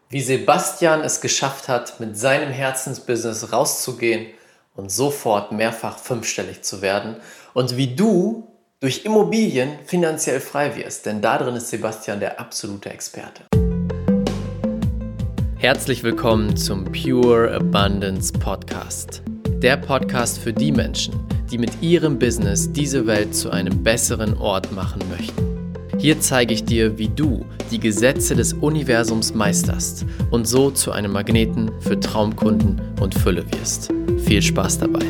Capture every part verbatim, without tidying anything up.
Wie Sebastian es geschafft hat, mit seinem Herzensbusiness rauszugehen und sofort mehrfach fünfstellig zu werden und wie du durch Immobilien finanziell frei wirst, denn darin ist Sebastian der absolute Experte. Herzlich willkommen zum Pure Abundance Podcast. Der Podcast für die Menschen, die mit ihrem Business diese Welt zu einem besseren Ort machen möchten. Hier zeige ich dir, wie du die Gesetze des Universums meisterst und so zu einem Magneten für Traumkunden und Fülle wirst. Viel Spaß dabei!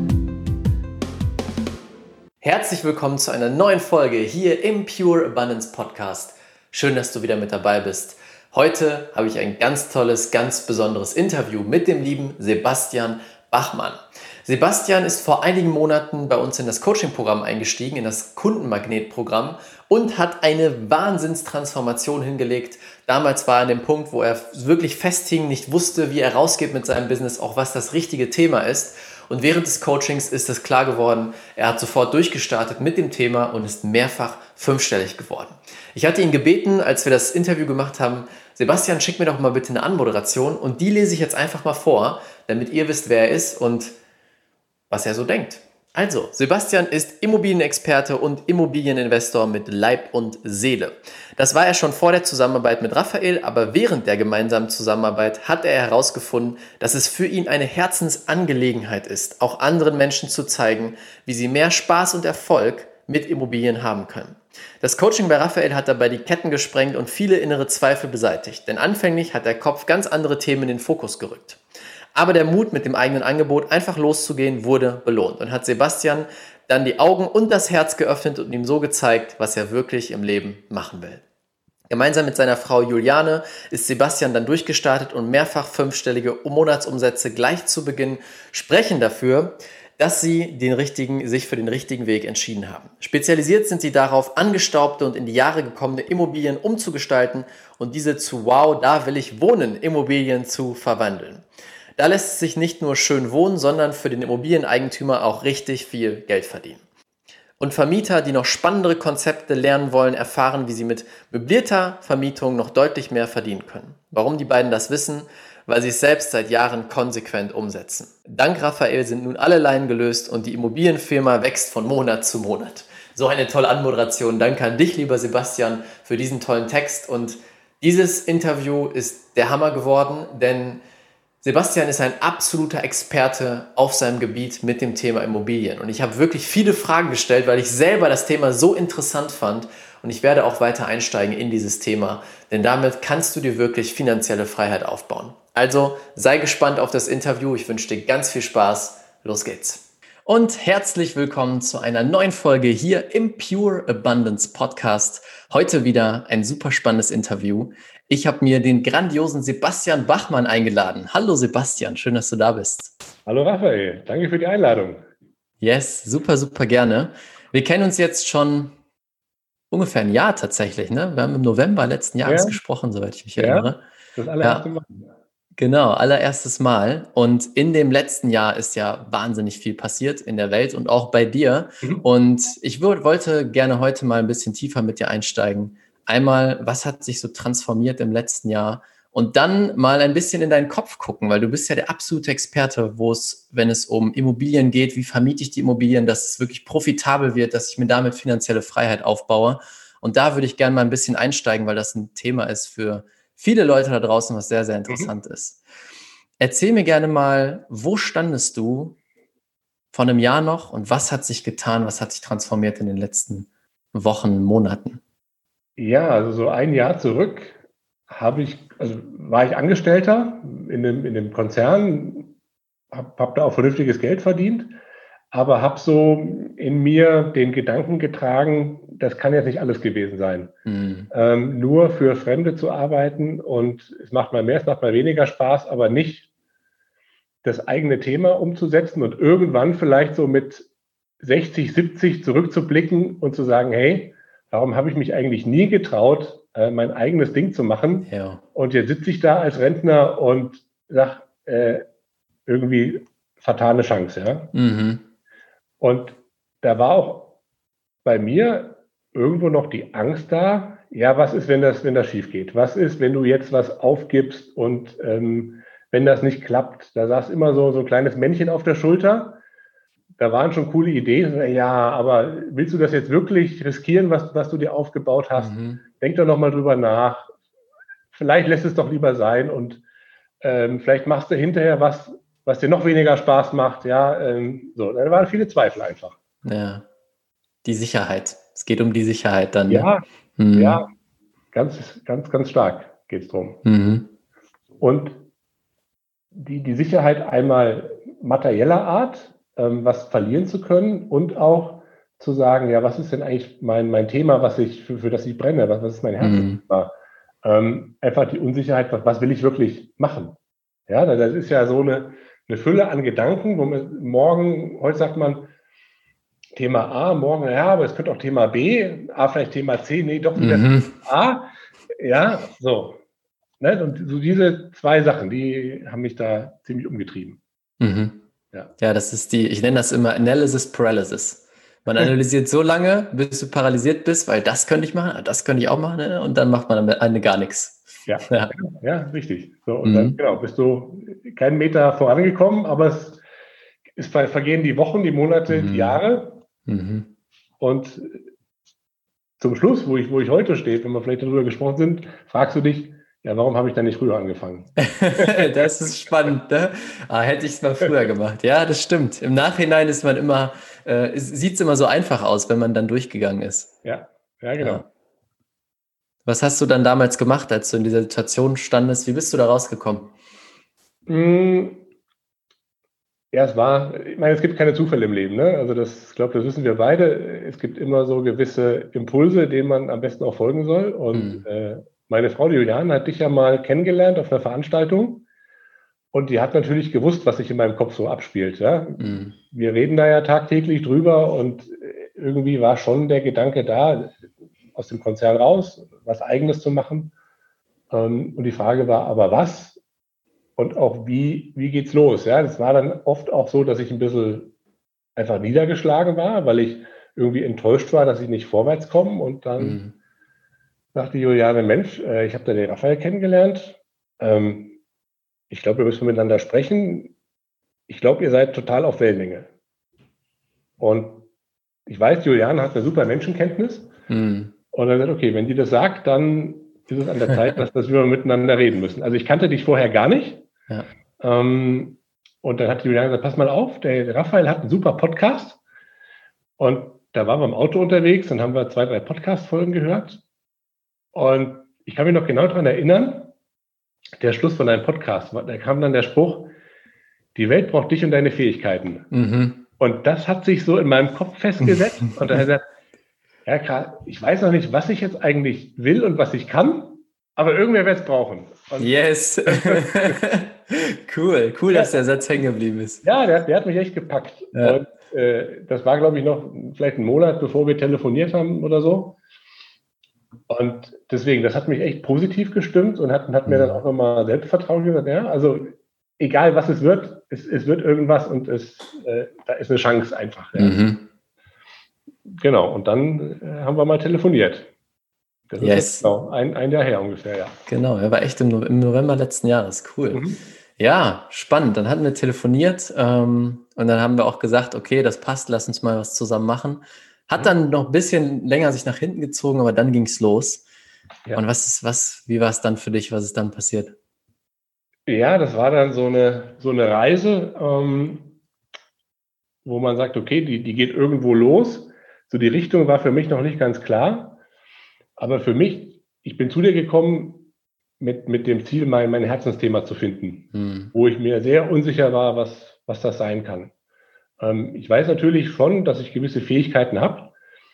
Herzlich willkommen zu einer neuen Folge hier im Pure Abundance Podcast. Schön, dass du wieder mit dabei bist. Heute habe ich ein ganz tolles, ganz besonderes Interview mit dem lieben Sebastian Bachmann. Sebastian ist vor einigen Monaten bei uns in das Coaching-Programm eingestiegen, in das Kundenmagnet-Programm und hat eine Wahnsinnstransformation hingelegt. Damals war er an dem Punkt, wo er wirklich festhing, nicht wusste, wie er rausgeht mit seinem Business, auch was das richtige Thema ist. Und während des Coachings ist es klar geworden, er hat sofort durchgestartet mit dem Thema und ist mehrfach fünfstellig geworden. Ich hatte ihn gebeten, als wir das Interview gemacht haben, Sebastian, schick mir doch mal bitte eine Anmoderation und die lese ich jetzt einfach mal vor, damit ihr wisst, wer er ist und was er so denkt. Also, Sebastian ist Immobilienexperte und Immobilieninvestor mit Leib und Seele. Das war er schon vor der Zusammenarbeit mit Raphael, aber während der gemeinsamen Zusammenarbeit hat er herausgefunden, dass es für ihn eine Herzensangelegenheit ist, auch anderen Menschen zu zeigen, wie sie mehr Spaß und Erfolg mit Immobilien haben können. Das Coaching bei Raphael hat dabei die Ketten gesprengt und viele innere Zweifel beseitigt, denn anfänglich hat der Kopf ganz andere Themen in den Fokus gerückt. Aber der Mut, mit dem eigenen Angebot einfach loszugehen, wurde belohnt und hat Sebastian dann die Augen und das Herz geöffnet und ihm so gezeigt, was er wirklich im Leben machen will. Gemeinsam mit seiner Frau Juliane ist Sebastian dann durchgestartet und mehrfach fünfstellige Monatsumsätze gleich zu Beginn sprechen dafür, dass sie den richtigen, sich für den richtigen Weg entschieden haben. Spezialisiert sind sie darauf, angestaubte und in die Jahre gekommene Immobilien umzugestalten und diese zu Wow, da will ich wohnen, Immobilien zu verwandeln. Da lässt es sich nicht nur schön wohnen, sondern für den Immobilieneigentümer auch richtig viel Geld verdienen. Und Vermieter, die noch spannendere Konzepte lernen wollen, erfahren, wie sie mit möblierter Vermietung noch deutlich mehr verdienen können. Warum die beiden das wissen? Weil sie es selbst seit Jahren konsequent umsetzen. Dank Raphael sind nun alle Leinen gelöst und die Immobilienfirma wächst von Monat zu Monat. So eine tolle Anmoderation. Danke an dich, lieber Sebastian, für diesen tollen Text. Und dieses Interview ist der Hammer geworden, denn Sebastian ist ein absoluter Experte auf seinem Gebiet mit dem Thema Immobilien. Und ich habe wirklich viele Fragen gestellt, weil ich selber das Thema so interessant fand. Und ich werde auch weiter einsteigen in dieses Thema, denn damit kannst du dir wirklich finanzielle Freiheit aufbauen. Also sei gespannt auf das Interview. Ich wünsche dir ganz viel Spaß. Los geht's. Und herzlich willkommen zu einer neuen Folge hier im Pure Abundance Podcast. Heute wieder ein super spannendes Interview. Ich habe mir den grandiosen Sebastian Bachmann eingeladen. Hallo Sebastian, schön, dass du da bist. Hallo Raphael, danke für die Einladung. Yes, super, super gerne. Wir kennen uns jetzt schon ungefähr ein Jahr tatsächlich, ne? Wir haben im November letzten Jahres Ja. gesprochen, soweit ich mich Ja, erinnere. das allererste Ja. Mal. Genau, allererstes Mal. Und in dem letzten Jahr ist ja wahnsinnig viel passiert in der Welt und auch bei dir. Mhm. Und ich würd, wollte gerne heute mal ein bisschen tiefer mit dir einsteigen. Einmal, was hat sich so transformiert im letzten Jahr? Und dann mal ein bisschen in deinen Kopf gucken, weil du bist ja der absolute Experte, wo es, wenn es um Immobilien geht, wie vermiete ich die Immobilien, dass es wirklich profitabel wird, dass ich mir damit finanzielle Freiheit aufbaue. Und da würde ich gerne mal ein bisschen einsteigen, weil das ein Thema ist für viele Leute da draußen, was sehr, sehr interessant mhm. ist. Erzähl mir gerne mal, wo standest du vor einem Jahr noch und was hat sich getan, was hat sich transformiert in den letzten Wochen, Monaten? Ja, also so ein Jahr zurück habe ich, also war ich Angestellter in dem, in dem Konzern, habe hab da auch vernünftiges Geld verdient, aber habe so in mir den Gedanken getragen, das kann jetzt nicht alles gewesen sein. Mhm. Ähm, nur für Fremde zu arbeiten und es macht mal mehr, es macht mal weniger Spaß, aber nicht das eigene Thema umzusetzen und irgendwann vielleicht so mit sechzig, siebzig zurückzublicken und zu sagen, hey, warum habe ich mich eigentlich nie getraut, mein eigenes Ding zu machen? Ja. Und jetzt sitze ich da als Rentner und sage, äh, irgendwie fatale Chance. Ja? Mhm. Und da war auch bei mir irgendwo noch die Angst da, ja, was ist, wenn das, wenn das schief geht? Was ist, wenn du jetzt was aufgibst und ähm, wenn das nicht klappt? Da saß immer so, so ein kleines Männchen auf der Schulter. Da waren schon coole Ideen. Ja, aber willst du das jetzt wirklich riskieren, was, was du dir aufgebaut hast? Mhm. Denk doch nochmal drüber nach. Vielleicht lässt es doch lieber sein und ähm, vielleicht machst du hinterher was, was dir noch weniger Spaß macht. Ja, ähm, so, da waren viele Zweifel einfach. Ja, die Sicherheit. Es geht um die Sicherheit dann, ne? Ja, Mhm. ja, ganz, ganz, ganz stark geht es drum. Mhm. Und die, die Sicherheit einmal materieller Art, ähm, was verlieren zu können und auch zu sagen, ja, was ist denn eigentlich mein, mein Thema, was ich, für, für das ich brenne, was, was ist mein Herzensthema? Mhm. Ähm, einfach die Unsicherheit, was, was will ich wirklich machen? Ja, das ist ja so eine, eine Fülle an Gedanken, wo man morgen, heute sagt man Thema A, morgen, ja, aber es könnte auch Thema B, A vielleicht Thema C, nee, doch wieder Mhm. A. Ja, so. Ne? Und so diese zwei Sachen, die haben mich da ziemlich umgetrieben. Mhm. Ja. Ja, das ist die, ich nenne das immer Analysis Paralysis. Man analysiert so lange, bis du paralysiert bist, weil das könnte ich machen, das könnte ich auch machen, ne? Und dann macht man am Ende gar nichts. Ja, Ja. ja, richtig. So, und Mhm. dann, genau, bist du keinen Meter vorangekommen, aber es, es ver- vergehen die Wochen, die Monate, die Mhm. Jahre. Mhm. Und zum Schluss, wo ich, wo ich heute stehe, wenn wir vielleicht darüber gesprochen sind, fragst du dich, ja, warum habe ich da nicht früher angefangen? Das ist spannend, ne? Ah, hätte ich es mal früher gemacht. Ja, das stimmt. Im Nachhinein ist man immer, äh, sieht es immer so einfach aus, wenn man dann durchgegangen ist. Ja, ja, genau. Ja. Was hast du dann damals gemacht, als du in dieser Situation standest? Wie bist du da rausgekommen? Mm, Ja, es war, ich meine, es gibt keine Zufälle im Leben, ne? Also das, ich glaube, das wissen wir beide. Es gibt immer so gewisse Impulse, denen man am besten auch folgen soll. Und Mhm. äh, meine Frau, die Juliane, hat dich ja mal kennengelernt auf einer Veranstaltung. Und die hat natürlich gewusst, was sich in meinem Kopf so abspielt. Ja? Mhm. Wir reden da ja tagtäglich drüber und irgendwie war schon der Gedanke da, aus dem Konzern raus, was Eigenes zu machen. Ähm, und die Frage war, aber was? Und auch wie, wie geht's los? Ja, das war dann oft auch so, dass ich ein bisschen einfach niedergeschlagen war, weil ich irgendwie enttäuscht war, dass ich nicht vorwärts komme. Und dann Mhm. sagte Juliane, Mensch, äh, ich habe da den Raphael kennengelernt. Ähm, ich glaube, wir müssen miteinander sprechen. Ich glaube, ihr seid total auf Wellenlänge. Und ich weiß, Juliane hat eine super Menschenkenntnis. Mhm. Und dann sagt, okay, wenn die das sagt, dann ist es an der Zeit, dass, dass wir miteinander reden müssen. Also ich kannte dich vorher gar nicht. Ja. Ähm, und dann hat Juliane gesagt, pass mal auf, der, der Raphael hat einen super Podcast. Und da waren wir im Auto unterwegs und haben wir zwei, drei Podcast-Folgen gehört. Und ich kann mich noch genau daran erinnern, der Schluss von deinem Podcast, da kam dann der Spruch, die Welt braucht dich und deine Fähigkeiten. Mhm. Und das hat sich so in meinem Kopf festgesetzt. Und da hat er gesagt, ja, klar, ich weiß noch nicht, was ich jetzt eigentlich will und was ich kann, aber irgendwer wird es brauchen. Und Yes. Cool, cool, ja, dass der Satz hängen geblieben ist. ja der, der hat mich echt gepackt. Ja. Und äh, das war, glaube ich, noch vielleicht einen Monat, bevor wir telefoniert haben oder so. Und deswegen, das hat mich echt positiv gestimmt und hat, hat mir dann auch nochmal Selbstvertrauen gesagt, ja, also egal was es wird, es, es wird irgendwas und es, äh, da ist eine Chance einfach. Ja. Mhm. Genau, und dann äh, haben wir mal telefoniert. Das ist Yes. jetzt genau ein, ein Jahr her ungefähr, ja. Genau, er war echt im, No- im November letzten Jahres. Cool. Mhm. Ja, spannend. Dann hatten wir telefoniert ähm, und dann haben wir auch gesagt, okay, das passt, lass uns mal was zusammen machen. Hat Mhm. dann noch ein bisschen länger sich nach hinten gezogen, aber dann ging es los. Ja. Und was ist, was, wie war es dann für dich? Was ist dann passiert? Ja, das war dann so eine, so eine Reise, ähm, wo man sagt, okay, die, die geht irgendwo los. So die Richtung war für mich noch nicht ganz klar. Aber für mich, ich bin zu dir gekommen mit, mit dem Ziel, mein, mein Herzensthema zu finden, Hm. wo ich mir sehr unsicher war, was, was das sein kann. Ähm, ich weiß natürlich schon, dass ich gewisse Fähigkeiten habe,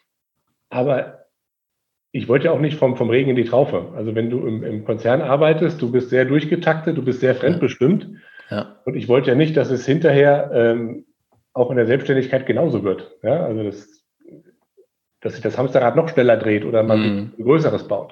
aber ich wollte ja auch nicht vom, vom Regen in die Traufe. Also wenn du im, im Konzern arbeitest, du bist sehr durchgetaktet, du bist sehr fremdbestimmt. Ja. Und ich wollte ja nicht, dass es hinterher ähm, auch in der Selbstständigkeit genauso wird. Ja? Also das, dass sich das Hamsterrad noch schneller dreht oder man sich Hm. ein größeres baut.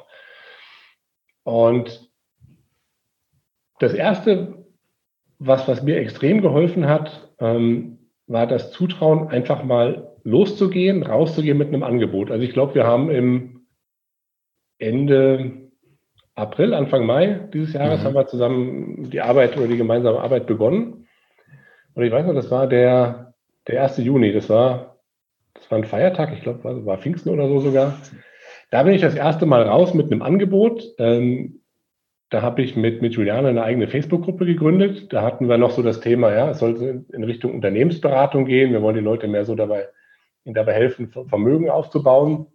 Und das Erste, was, was mir extrem geholfen hat, ähm, war das Zutrauen, einfach mal loszugehen, rauszugehen mit einem Angebot. Also ich glaube, wir haben im Ende April, Anfang Mai dieses Jahres Mhm. haben wir zusammen die Arbeit oder die gemeinsame Arbeit begonnen. Und ich weiß noch, das war der, der erste Juni, das war, das war ein Feiertag, ich glaube, war, war Pfingsten oder so sogar. Da bin ich das erste Mal raus mit einem Angebot. Ähm, da habe ich mit, mit Juliane eine eigene Facebook-Gruppe gegründet. Da hatten wir noch so das Thema, ja, es sollte in Richtung Unternehmensberatung gehen. Wir wollen die Leute mehr so dabei, ihnen dabei helfen, Vermögen aufzubauen.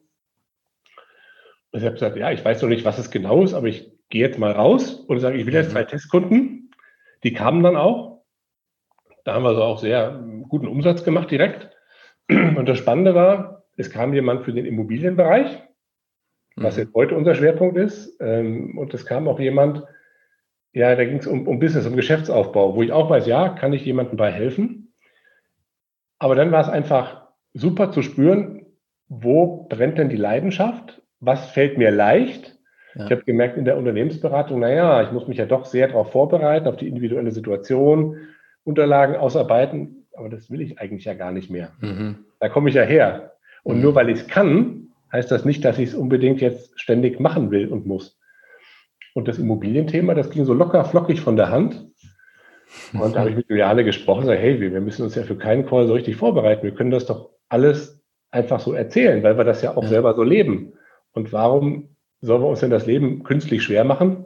Und ich habe gesagt, ja, ich weiß noch nicht, was es genau ist, aber ich gehe jetzt mal raus und sage, ich will jetzt drei Mhm. Testkunden. Die kamen dann auch. Da haben wir so auch sehr guten Umsatz gemacht direkt. Und das Spannende war, es kam jemand für den Immobilienbereich, was Mhm. jetzt heute unser Schwerpunkt ist. Und es kam auch jemand, ja, da ging es um, um Business, um Geschäftsaufbau, wo ich auch weiß, ja, kann ich jemandem bei helfen. Aber dann war es einfach super zu spüren, wo brennt denn die Leidenschaft? Was fällt mir leicht? Ja. Ich habe gemerkt in der Unternehmensberatung, naja, ich muss mich ja doch sehr darauf vorbereiten, auf die individuelle Situation, Unterlagen ausarbeiten, aber das will ich eigentlich ja gar nicht mehr. Mhm. Da komme ich ja her. Und Mhm. nur weil ich es kann, heißt das nicht, dass ich es unbedingt jetzt ständig machen will und muss. Und das Immobilienthema, das ging so locker flockig von der Hand. Und da habe ich mit Juliane gesprochen, sage, hey, wir, wir müssen uns ja für keinen Call so richtig vorbereiten. Wir können das doch alles einfach so erzählen, weil wir das ja auch Ja. selber so leben. Und warum sollen wir uns denn das Leben künstlich schwer machen?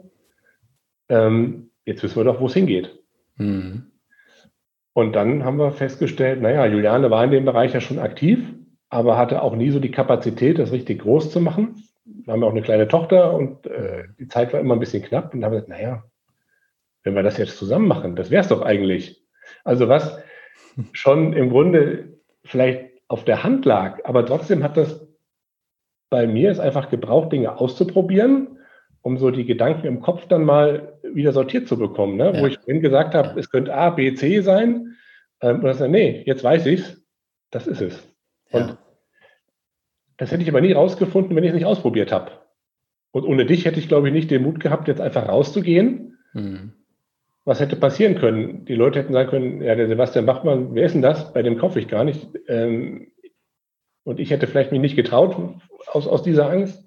Ähm, jetzt wissen wir doch, wo es hingeht. Mhm. Und dann haben wir festgestellt, naja, Juliane war in dem Bereich ja schon aktiv, aber hatte auch nie so die Kapazität, das richtig groß zu machen. Wir haben ja auch eine kleine Tochter und äh, die Zeit war immer ein bisschen knapp. Und da haben wir gesagt, naja, wenn wir das jetzt zusammen machen, das wäre es doch eigentlich. Also was schon im Grunde vielleicht auf der Hand lag, aber trotzdem hat das bei mir es einfach gebraucht, Dinge auszuprobieren, um so die Gedanken im Kopf dann mal wieder sortiert zu bekommen. Ne? Ja. Wo ich vorhin gesagt habe, Ja. es könnte A, B, C sein. Ähm, und das dann, nee, jetzt weiß ich es, das ist es. Und Ja. das hätte ich aber nie rausgefunden, wenn ich es nicht ausprobiert habe. Und ohne dich hätte ich, glaube ich, nicht den Mut gehabt, jetzt einfach rauszugehen. Mhm. Was hätte passieren können? Die Leute hätten sagen können, ja, der Sebastian Bachmann, wer ist denn das? Bei dem kaufe ich gar nicht. Ähm, und ich hätte vielleicht mich nicht getraut aus, aus dieser Angst.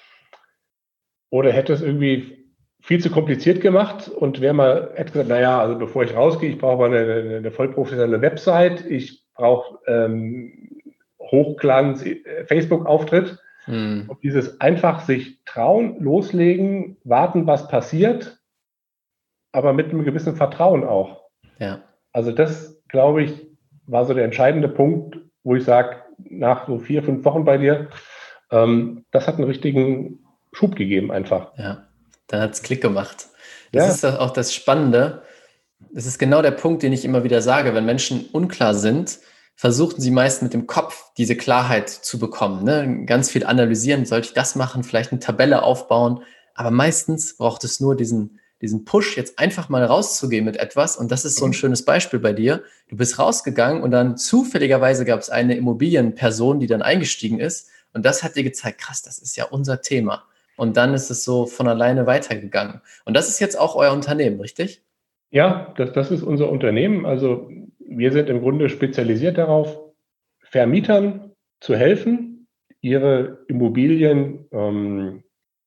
Oder hätte es irgendwie viel zu kompliziert gemacht und wäre mal, hätte gesagt, naja, also bevor ich rausgehe, ich brauche mal eine, eine, eine vollprofessionelle Website, ich brauche ähm, Hochglanz, äh, Facebook-Auftritt. Mhm. Und dieses einfach sich trauen, loslegen, warten, was passiert, aber mit einem gewissen Vertrauen auch. Ja. Also das, glaube ich, war so der entscheidende Punkt, wo ich sage, nach so vier, fünf Wochen bei dir, ähm, das hat einen richtigen Schub gegeben einfach. Ja. Dann hat es Klick gemacht. Das Ja, ist doch auch das Spannende. Das ist genau der Punkt, den ich immer wieder sage. Wenn Menschen unklar sind, versuchen sie meist mit dem Kopf diese Klarheit zu bekommen. Ne? Ganz viel analysieren, sollte ich das machen, vielleicht eine Tabelle aufbauen. Aber meistens braucht es nur diesen, diesen Push, jetzt einfach mal rauszugehen mit etwas. Und das ist so ein schönes Beispiel bei dir. Du bist rausgegangen und dann zufälligerweise gab es eine Immobilienperson, die dann eingestiegen ist. Und das hat dir gezeigt, krass, das ist ja unser Thema. Und dann ist es so von alleine weitergegangen. Und das ist jetzt auch euer Unternehmen, richtig? ja, das, das ist unser Unternehmen. Also wir sind im Grunde spezialisiert darauf, Vermietern zu helfen, ihre Immobilien ähm,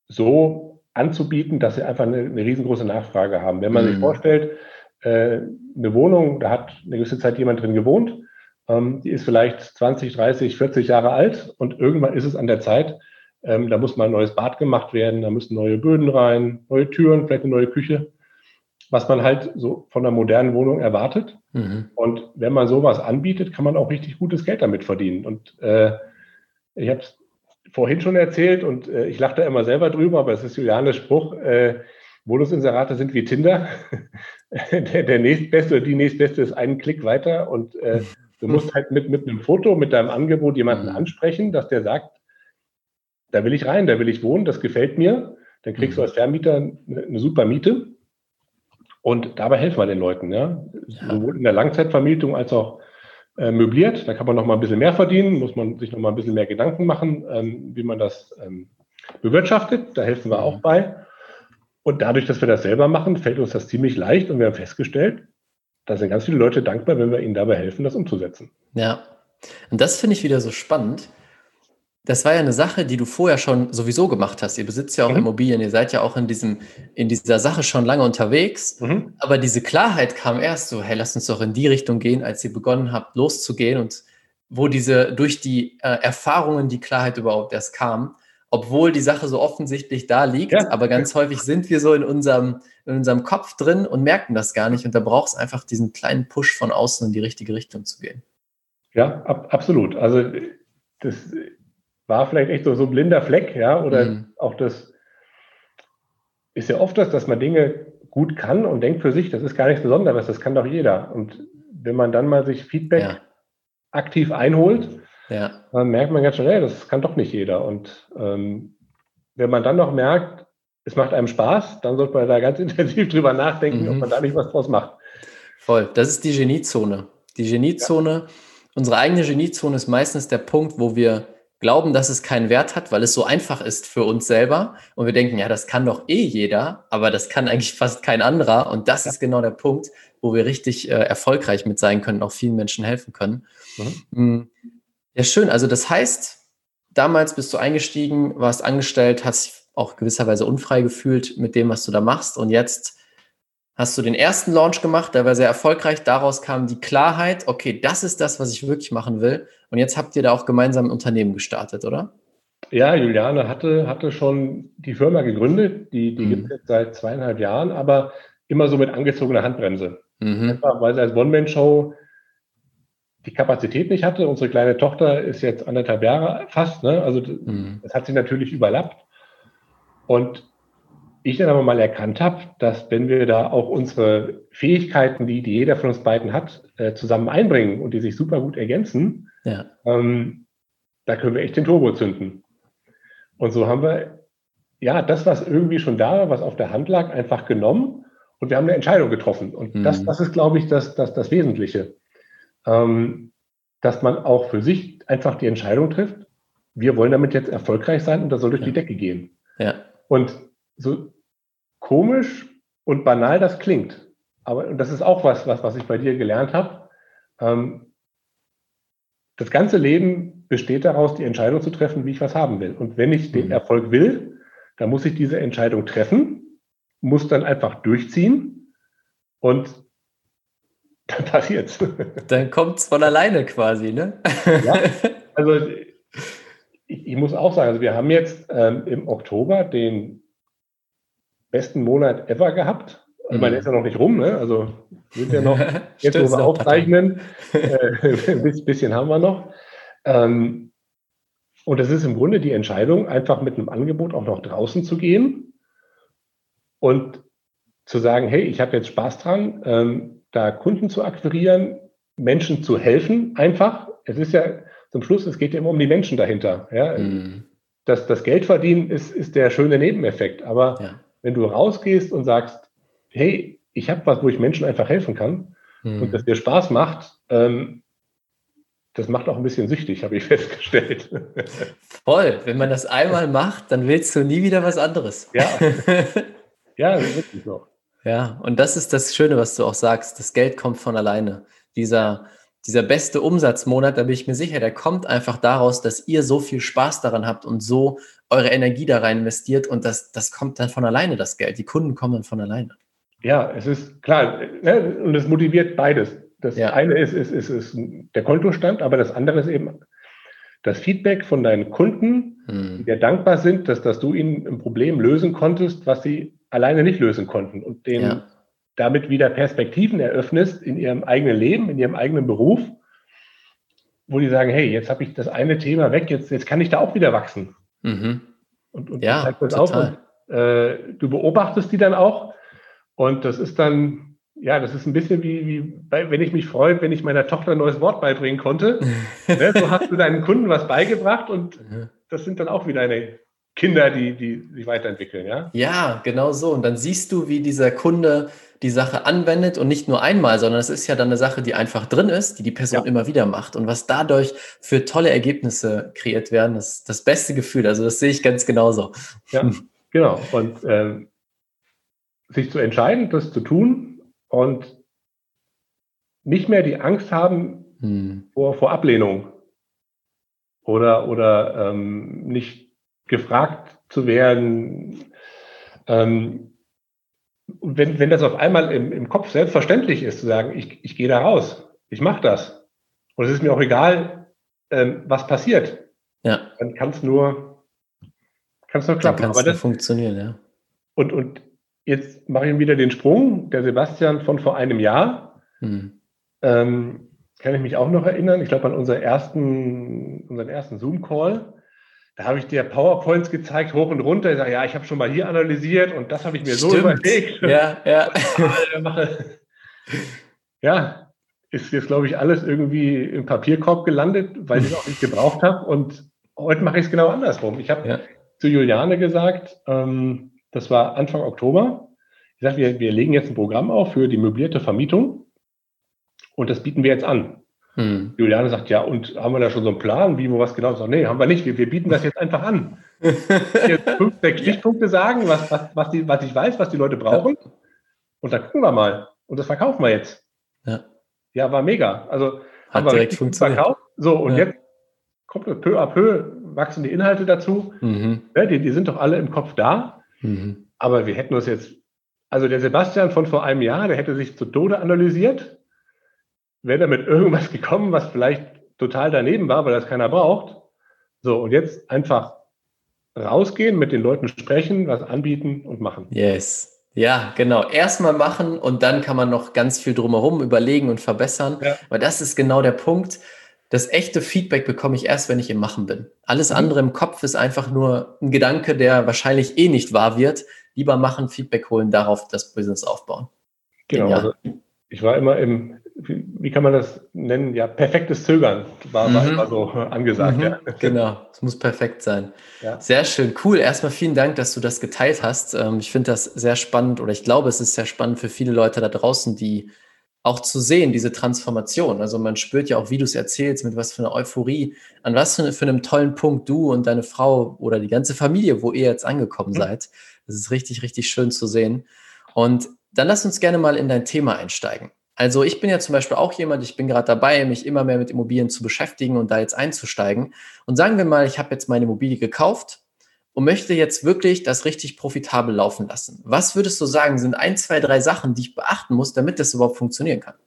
so anzubieten, dass sie einfach eine, eine riesengroße Nachfrage haben. Wenn man sich Mhm. vorstellt, äh, eine Wohnung, da hat eine gewisse Zeit jemand drin gewohnt, ähm, die ist vielleicht zwanzig, dreißig, vierzig Jahre alt und irgendwann ist es an der Zeit, ähm, da muss mal ein neues Bad gemacht werden, da müssen neue Böden rein, neue Türen, vielleicht eine neue Küche, was man halt so von einer modernen Wohnung erwartet. Mhm. Und wenn man sowas anbietet, kann man auch richtig gutes Geld damit verdienen. Und äh, ich habe es vorhin schon erzählt und äh, ich lache da immer selber drüber, aber es ist Julianes Spruch, äh, Bonusinserate sind wie Tinder. der, der nächstbeste oder die nächstbeste ist einen Klick weiter und äh, du musst halt mit, mit einem Foto, mit deinem Angebot jemanden Mhm. ansprechen, dass der sagt, da will ich rein, da will ich wohnen, das gefällt mir. Dann kriegst du Mhm. als Vermieter eine, eine super Miete. Und dabei helfen wir den Leuten, ja. Ja. Sowohl in der Langzeitvermietung als auch äh, möbliert. Da kann man noch mal ein bisschen mehr verdienen, muss man sich noch mal ein bisschen mehr Gedanken machen, ähm, wie man das ähm, bewirtschaftet. Da helfen wir auch Mhm. bei. Und dadurch, dass wir das selber machen, fällt uns das ziemlich leicht. Und wir haben festgestellt, da sind ganz viele Leute dankbar, wenn wir ihnen dabei helfen, das umzusetzen. Ja. Und das finde ich wieder so spannend. das war ja eine Sache, die du vorher schon sowieso gemacht hast. Ihr besitzt ja auch Mhm. Immobilien, ihr seid ja auch in diesem, in dieser Sache schon lange unterwegs. Mhm. Aber diese Klarheit kam erst so, hey, lass uns doch in die Richtung gehen, als ihr begonnen habt, loszugehen und wo diese, durch die äh, Erfahrungen die Klarheit überhaupt erst kam, obwohl die Sache so offensichtlich da liegt, Ja, aber ganz häufig sind wir so in unserem, in unserem Kopf drin und merken das gar nicht und da braucht es einfach diesen kleinen Push von außen in die richtige Richtung zu gehen. ja, ab, absolut. Also das war vielleicht echt so, so ein blinder Fleck, ja, oder Mhm. auch das ist ja oft das, dass man Dinge gut kann und denkt für sich, das ist gar nichts Besonderes, das kann doch jeder. Und wenn man dann mal sich Feedback Ja, aktiv einholt, ja. dann merkt man ganz schnell, das kann doch nicht jeder. Und ähm, wenn man dann noch merkt, es macht einem Spaß, dann sollte man da ganz intensiv drüber nachdenken, ob Mhm. man da nicht was draus macht. Voll. Das ist die Geniezone. Die Ja, Geniezone, unsere eigene Geniezone ist meistens der Punkt, wo wir glauben, dass es keinen Wert hat, weil es so einfach ist für uns selber. Und wir denken, ja, das kann doch eh jeder, aber das kann eigentlich fast kein anderer. Und das ja. ist genau der Punkt, wo wir richtig äh, erfolgreich mit sein können, auch vielen Menschen helfen können. Mhm. Mhm. Ja, schön. Also das heißt, damals bist du eingestiegen, warst angestellt, hast dich auch gewisserweise unfrei gefühlt mit dem, was du da machst. Und jetzt hast du den ersten Launch gemacht, der war sehr erfolgreich. Daraus kam die Klarheit, okay, das ist das, was ich wirklich machen will. Und jetzt habt ihr da auch gemeinsam ein Unternehmen gestartet, oder? Ja, Juliane hatte, hatte schon die Firma gegründet, die, die gibt es Mhm. jetzt seit zweieinhalb Jahren, aber immer so mit angezogener Handbremse. Mhm. Einfach weil sie als One-Man-Show die Kapazität nicht hatte. Unsere kleine Tochter ist jetzt anderthalb Jahre fast, ne? Also Mhm. das hat sie natürlich überlappt. Und ich dann aber mal erkannt habe, dass wenn wir da auch unsere Fähigkeiten, die, die jeder von uns beiden hat, äh, zusammen einbringen und die sich super gut ergänzen, Ja. ähm, da können wir echt den Turbo zünden. Und so haben wir ja das, was irgendwie schon da war, was auf der Hand lag, einfach genommen und wir haben eine Entscheidung getroffen. Und das, Mhm. das ist, glaube ich, das, das, das Wesentliche. Ähm, dass man auch für sich einfach die Entscheidung trifft, wir wollen damit jetzt erfolgreich sein und das soll durch die Ja. Decke gehen. Ja. Und so komisch und banal das klingt, aber und das ist auch was, was, was ich bei dir gelernt habe. Ähm, das ganze Leben besteht daraus, die Entscheidung zu treffen, wie ich was haben will. Und wenn ich den Mhm. Erfolg will, dann muss ich diese Entscheidung treffen, muss dann einfach durchziehen und dann passiert's. Dann kommt's von alleine quasi, ne? Ja, also ich, ich muss auch sagen, also wir haben jetzt ähm, im Oktober den besten Monat ever gehabt. Ich meine, der ist ja Mhm. noch nicht rum, ne? Also sind ja noch, jetzt Stimmt, wo sind wir noch ein paar Tage. aufzeichnen, äh, ein bisschen haben wir noch. Ähm, und das ist im Grunde die Entscheidung, einfach mit einem Angebot auch noch draußen zu gehen und zu sagen, hey, ich habe jetzt Spaß dran, ähm, da Kunden zu akquirieren, Menschen zu helfen, einfach. Es ist ja zum Schluss, es geht ja immer um die Menschen dahinter. Ja? Mhm. Das, das Geld verdienen ist, ist der schöne Nebeneffekt. Aber Ja. wenn du rausgehst und sagst, hey, ich habe was, wo ich Menschen einfach helfen kann und das Mhm. dir Spaß macht, ähm, das macht auch ein bisschen süchtig, habe ich festgestellt. Voll. Wenn man das einmal macht, dann willst du nie wieder was anderes. Ja, ja, das ist wirklich so. Ja, und das ist das Schöne, was du auch sagst. Das Geld kommt von alleine. Dieser, dieser beste Umsatzmonat, da bin ich mir sicher, der kommt einfach daraus, dass ihr so viel Spaß daran habt und so eure Energie da rein investiert und das, das kommt dann von alleine, das Geld. Die Kunden kommen dann von alleine. Ja, es ist klar, ne, und es motiviert beides. Das Ja. eine ist, ist, ist, ist der Kontostand, aber das andere ist eben das Feedback von deinen Kunden, die Hm. dir dankbar sind, dass, dass du ihnen ein Problem lösen konntest, was sie alleine nicht lösen konnten und denen Ja. damit wieder Perspektiven eröffnest in ihrem eigenen Leben, in ihrem eigenen Beruf, wo die sagen, hey, jetzt habe ich das eine Thema weg, jetzt, jetzt kann ich da auch wieder wachsen. Mhm. Und, und du zeigst Ja, das auf und total. äh, du beobachtest die dann auch. Und das ist dann, ja, das ist ein bisschen wie, wie bei, wenn ich mich freue, wenn ich meiner Tochter ein neues Wort beibringen konnte. Ne, so hast du deinen Kunden was beigebracht und Mhm. das sind dann auch wieder deine Kinder, die, die sich weiterentwickeln, ja. Ja, genau so. Und dann siehst du, wie dieser Kunde die Sache anwendet und nicht nur einmal, sondern es ist ja dann eine Sache, die einfach drin ist, die die Ja, Person immer wieder macht. Und was dadurch für tolle Ergebnisse kreiert werden, ist das beste Gefühl. Also das sehe ich ganz genauso. ja, genau. Und ähm, sich zu entscheiden, das zu tun und nicht mehr die Angst haben Hm. vor, vor Ablehnung. oder, oder ähm, nicht gefragt zu werden. Ähm, und wenn, wenn das auf einmal im, im Kopf selbstverständlich ist, zu sagen, ich, ich gehe da raus, ich mache das. Und es ist mir auch egal, ähm, was passiert. Ja. Dann kann es nur, kann's nur Dann klappen. kann Aber es nur das, funktionieren, ja. und, und jetzt mache ich wieder den Sprung. Der Sebastian von vor einem Jahr, Hm. ähm, kann ich mich auch noch erinnern. Ich glaube, an unseren ersten, unseren ersten Zoom-Call, da habe ich dir PowerPoints gezeigt, hoch und runter. Ich sage, ja, ich habe schon mal hier analysiert und das habe ich mir so Stimmt. überlegt. Ja, ja. Ja, ist jetzt, glaube ich, alles irgendwie im Papierkorb gelandet, weil ich es auch nicht gebraucht habe. Und heute mache ich es genau andersrum. Ich habe Ja. zu Juliane gesagt, ähm, das war Anfang Oktober, ich sage, wir, wir legen jetzt ein Programm auf für die möblierte Vermietung und das bieten wir jetzt an. Hm. Juliane sagt, ja, und haben wir da schon so einen Plan, wie, wo, was genau? Ich sage, nee, haben wir nicht, wir, wir bieten das jetzt einfach an. Jetzt fünf, sechs Ja. Stichpunkte sagen, was, was, was, die, was ich weiß, was die Leute brauchen. Ja. Und dann gucken wir mal. Und das verkaufen wir jetzt. Ja. Ja, war mega. Also haben Hat wir direkt richtig gut funktioniert. verkauft. So, und Ja. jetzt kommt peu à peu, wachsen die Inhalte dazu. Mhm. Ja, die, die sind doch alle im Kopf da. Mhm. Aber wir hätten uns jetzt, also der Sebastian von vor einem Jahr, der hätte sich zu Tode analysiert, wäre damit irgendwas gekommen, was vielleicht total daneben war, weil das keiner braucht. So, und jetzt einfach rausgehen, mit den Leuten sprechen, was anbieten und machen. Yes. Ja, genau. Erstmal machen und dann kann man noch ganz viel drumherum überlegen und verbessern. Ja. Weil das ist genau der Punkt. Das echte Feedback bekomme ich erst, wenn ich im Machen bin. Alles Mhm. andere im Kopf ist einfach nur ein Gedanke, der wahrscheinlich eh nicht wahr wird. Lieber machen, Feedback holen, darauf das Business aufbauen. Genau, Genial. also ich war immer im, wie, wie kann man das nennen? Ja, perfektes Zögern war, war Mhm. immer so angesagt. Mhm. Ja. Genau, es muss perfekt sein. Ja. Sehr schön, cool. Erstmal vielen Dank, dass du das geteilt hast. Ähm, Ich finde das sehr spannend oder ich glaube, es ist sehr spannend für viele Leute da draußen, die auch zu sehen, diese Transformation. Also man spürt ja auch, wie du es erzählst, mit was für einer Euphorie, an was für, für einem tollen Punkt du und deine Frau oder die ganze Familie, wo ihr jetzt angekommen Mhm. seid. Das ist richtig, richtig schön zu sehen. Und dann lass uns gerne mal in dein Thema einsteigen. Also ich bin ja zum Beispiel auch jemand, ich bin gerade dabei, mich immer mehr mit Immobilien zu beschäftigen und da jetzt einzusteigen. Und sagen wir mal, ich habe jetzt meine Immobilie gekauft und möchte jetzt wirklich das richtig profitabel laufen lassen. Was würdest du sagen, sind ein, zwei, drei Sachen, die ich beachten muss, damit das überhaupt funktionieren kann?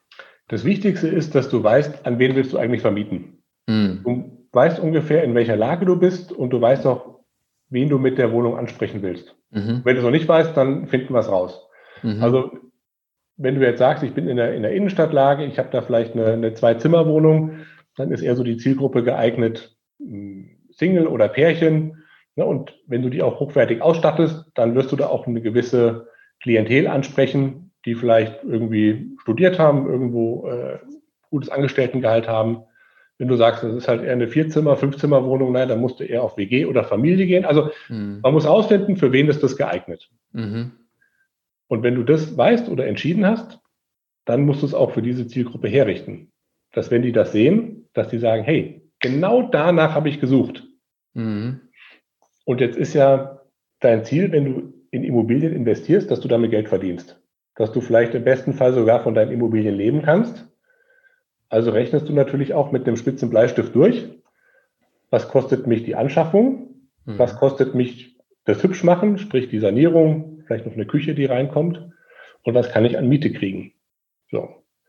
Das Wichtigste ist, dass du weißt, an wen willst du eigentlich vermieten. Hm. Du weißt ungefähr, in welcher Lage du bist und du weißt auch, wen du mit der Wohnung ansprechen willst. Mhm. Wenn du es noch nicht weißt, dann finden wir es raus. Mhm. Also wenn du jetzt sagst, ich bin in der, in der Innenstadtlage, ich habe da vielleicht eine, eine Zwei-Zimmer-Wohnung, dann ist eher so die Zielgruppe geeignet, Single oder Pärchen. Ne? Und wenn du die auch hochwertig ausstattest, dann wirst du da auch eine gewisse Klientel ansprechen, die vielleicht irgendwie studiert haben, irgendwo äh, gutes Angestelltengehalt haben. Wenn du sagst, das ist halt eher eine Vierzimmer-, Fünfzimmer-Wohnung, nein, dann musst du eher auf W G oder Familie gehen. Also Mhm. man muss rausfinden, für wen ist das geeignet. Mhm. Und wenn du das weißt oder entschieden hast, dann musst du es auch für diese Zielgruppe herrichten. Dass wenn die das sehen, dass die sagen, hey, genau danach habe ich gesucht. Mhm. Und jetzt ist ja dein Ziel, wenn du in Immobilien investierst, dass du damit Geld verdienst. Dass du vielleicht im besten Fall sogar von deinen Immobilien leben kannst. Also rechnest du natürlich auch mit einem spitzen Bleistift durch. Was kostet mich die Anschaffung? Mhm. Was kostet mich das Hübschmachen, sprich die Sanierung, vielleicht noch eine Küche, die reinkommt? Und was kann ich an Miete kriegen? So.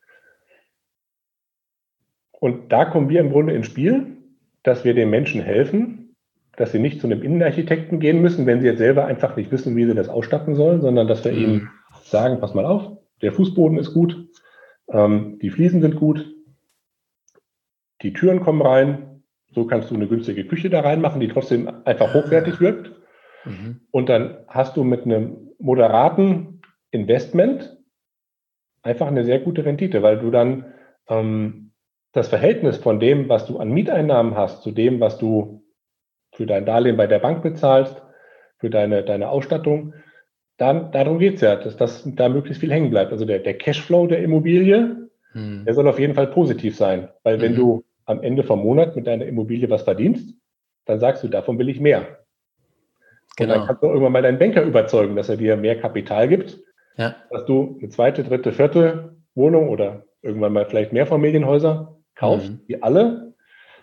Und da kommen wir im Grunde ins Spiel, dass wir den Menschen helfen, dass sie nicht zu einem Innenarchitekten gehen müssen, wenn sie jetzt selber einfach nicht wissen, wie sie das ausstatten sollen, sondern dass wir Mhm. ihnen sagen, pass mal auf, der Fußboden ist gut, ähm, die Fliesen sind gut, die Türen kommen rein, so kannst du eine günstige Küche da reinmachen, die trotzdem einfach hochwertig wirkt. Mhm. Und dann hast du mit einem moderaten Investment einfach eine sehr gute Rendite, weil du dann ähm, das Verhältnis von dem, was du an Mieteinnahmen hast, zu dem, was du für dein Darlehen bei der Bank bezahlst, für deine, deine Ausstattung, dann, darum geht es ja, dass das da möglichst viel hängen bleibt. Also der, der Cashflow der Immobilie, Mhm. der soll auf jeden Fall positiv sein, weil wenn Mhm. du am Ende vom Monat mit deiner Immobilie was verdienst, dann sagst du, davon will ich mehr. Und dann Genau. kannst du auch irgendwann mal deinen Banker überzeugen, dass er dir mehr Kapital gibt, Ja. dass du eine zweite, dritte, vierte Wohnung oder irgendwann mal vielleicht mehr Familienhäuser kaufst, Mhm. die alle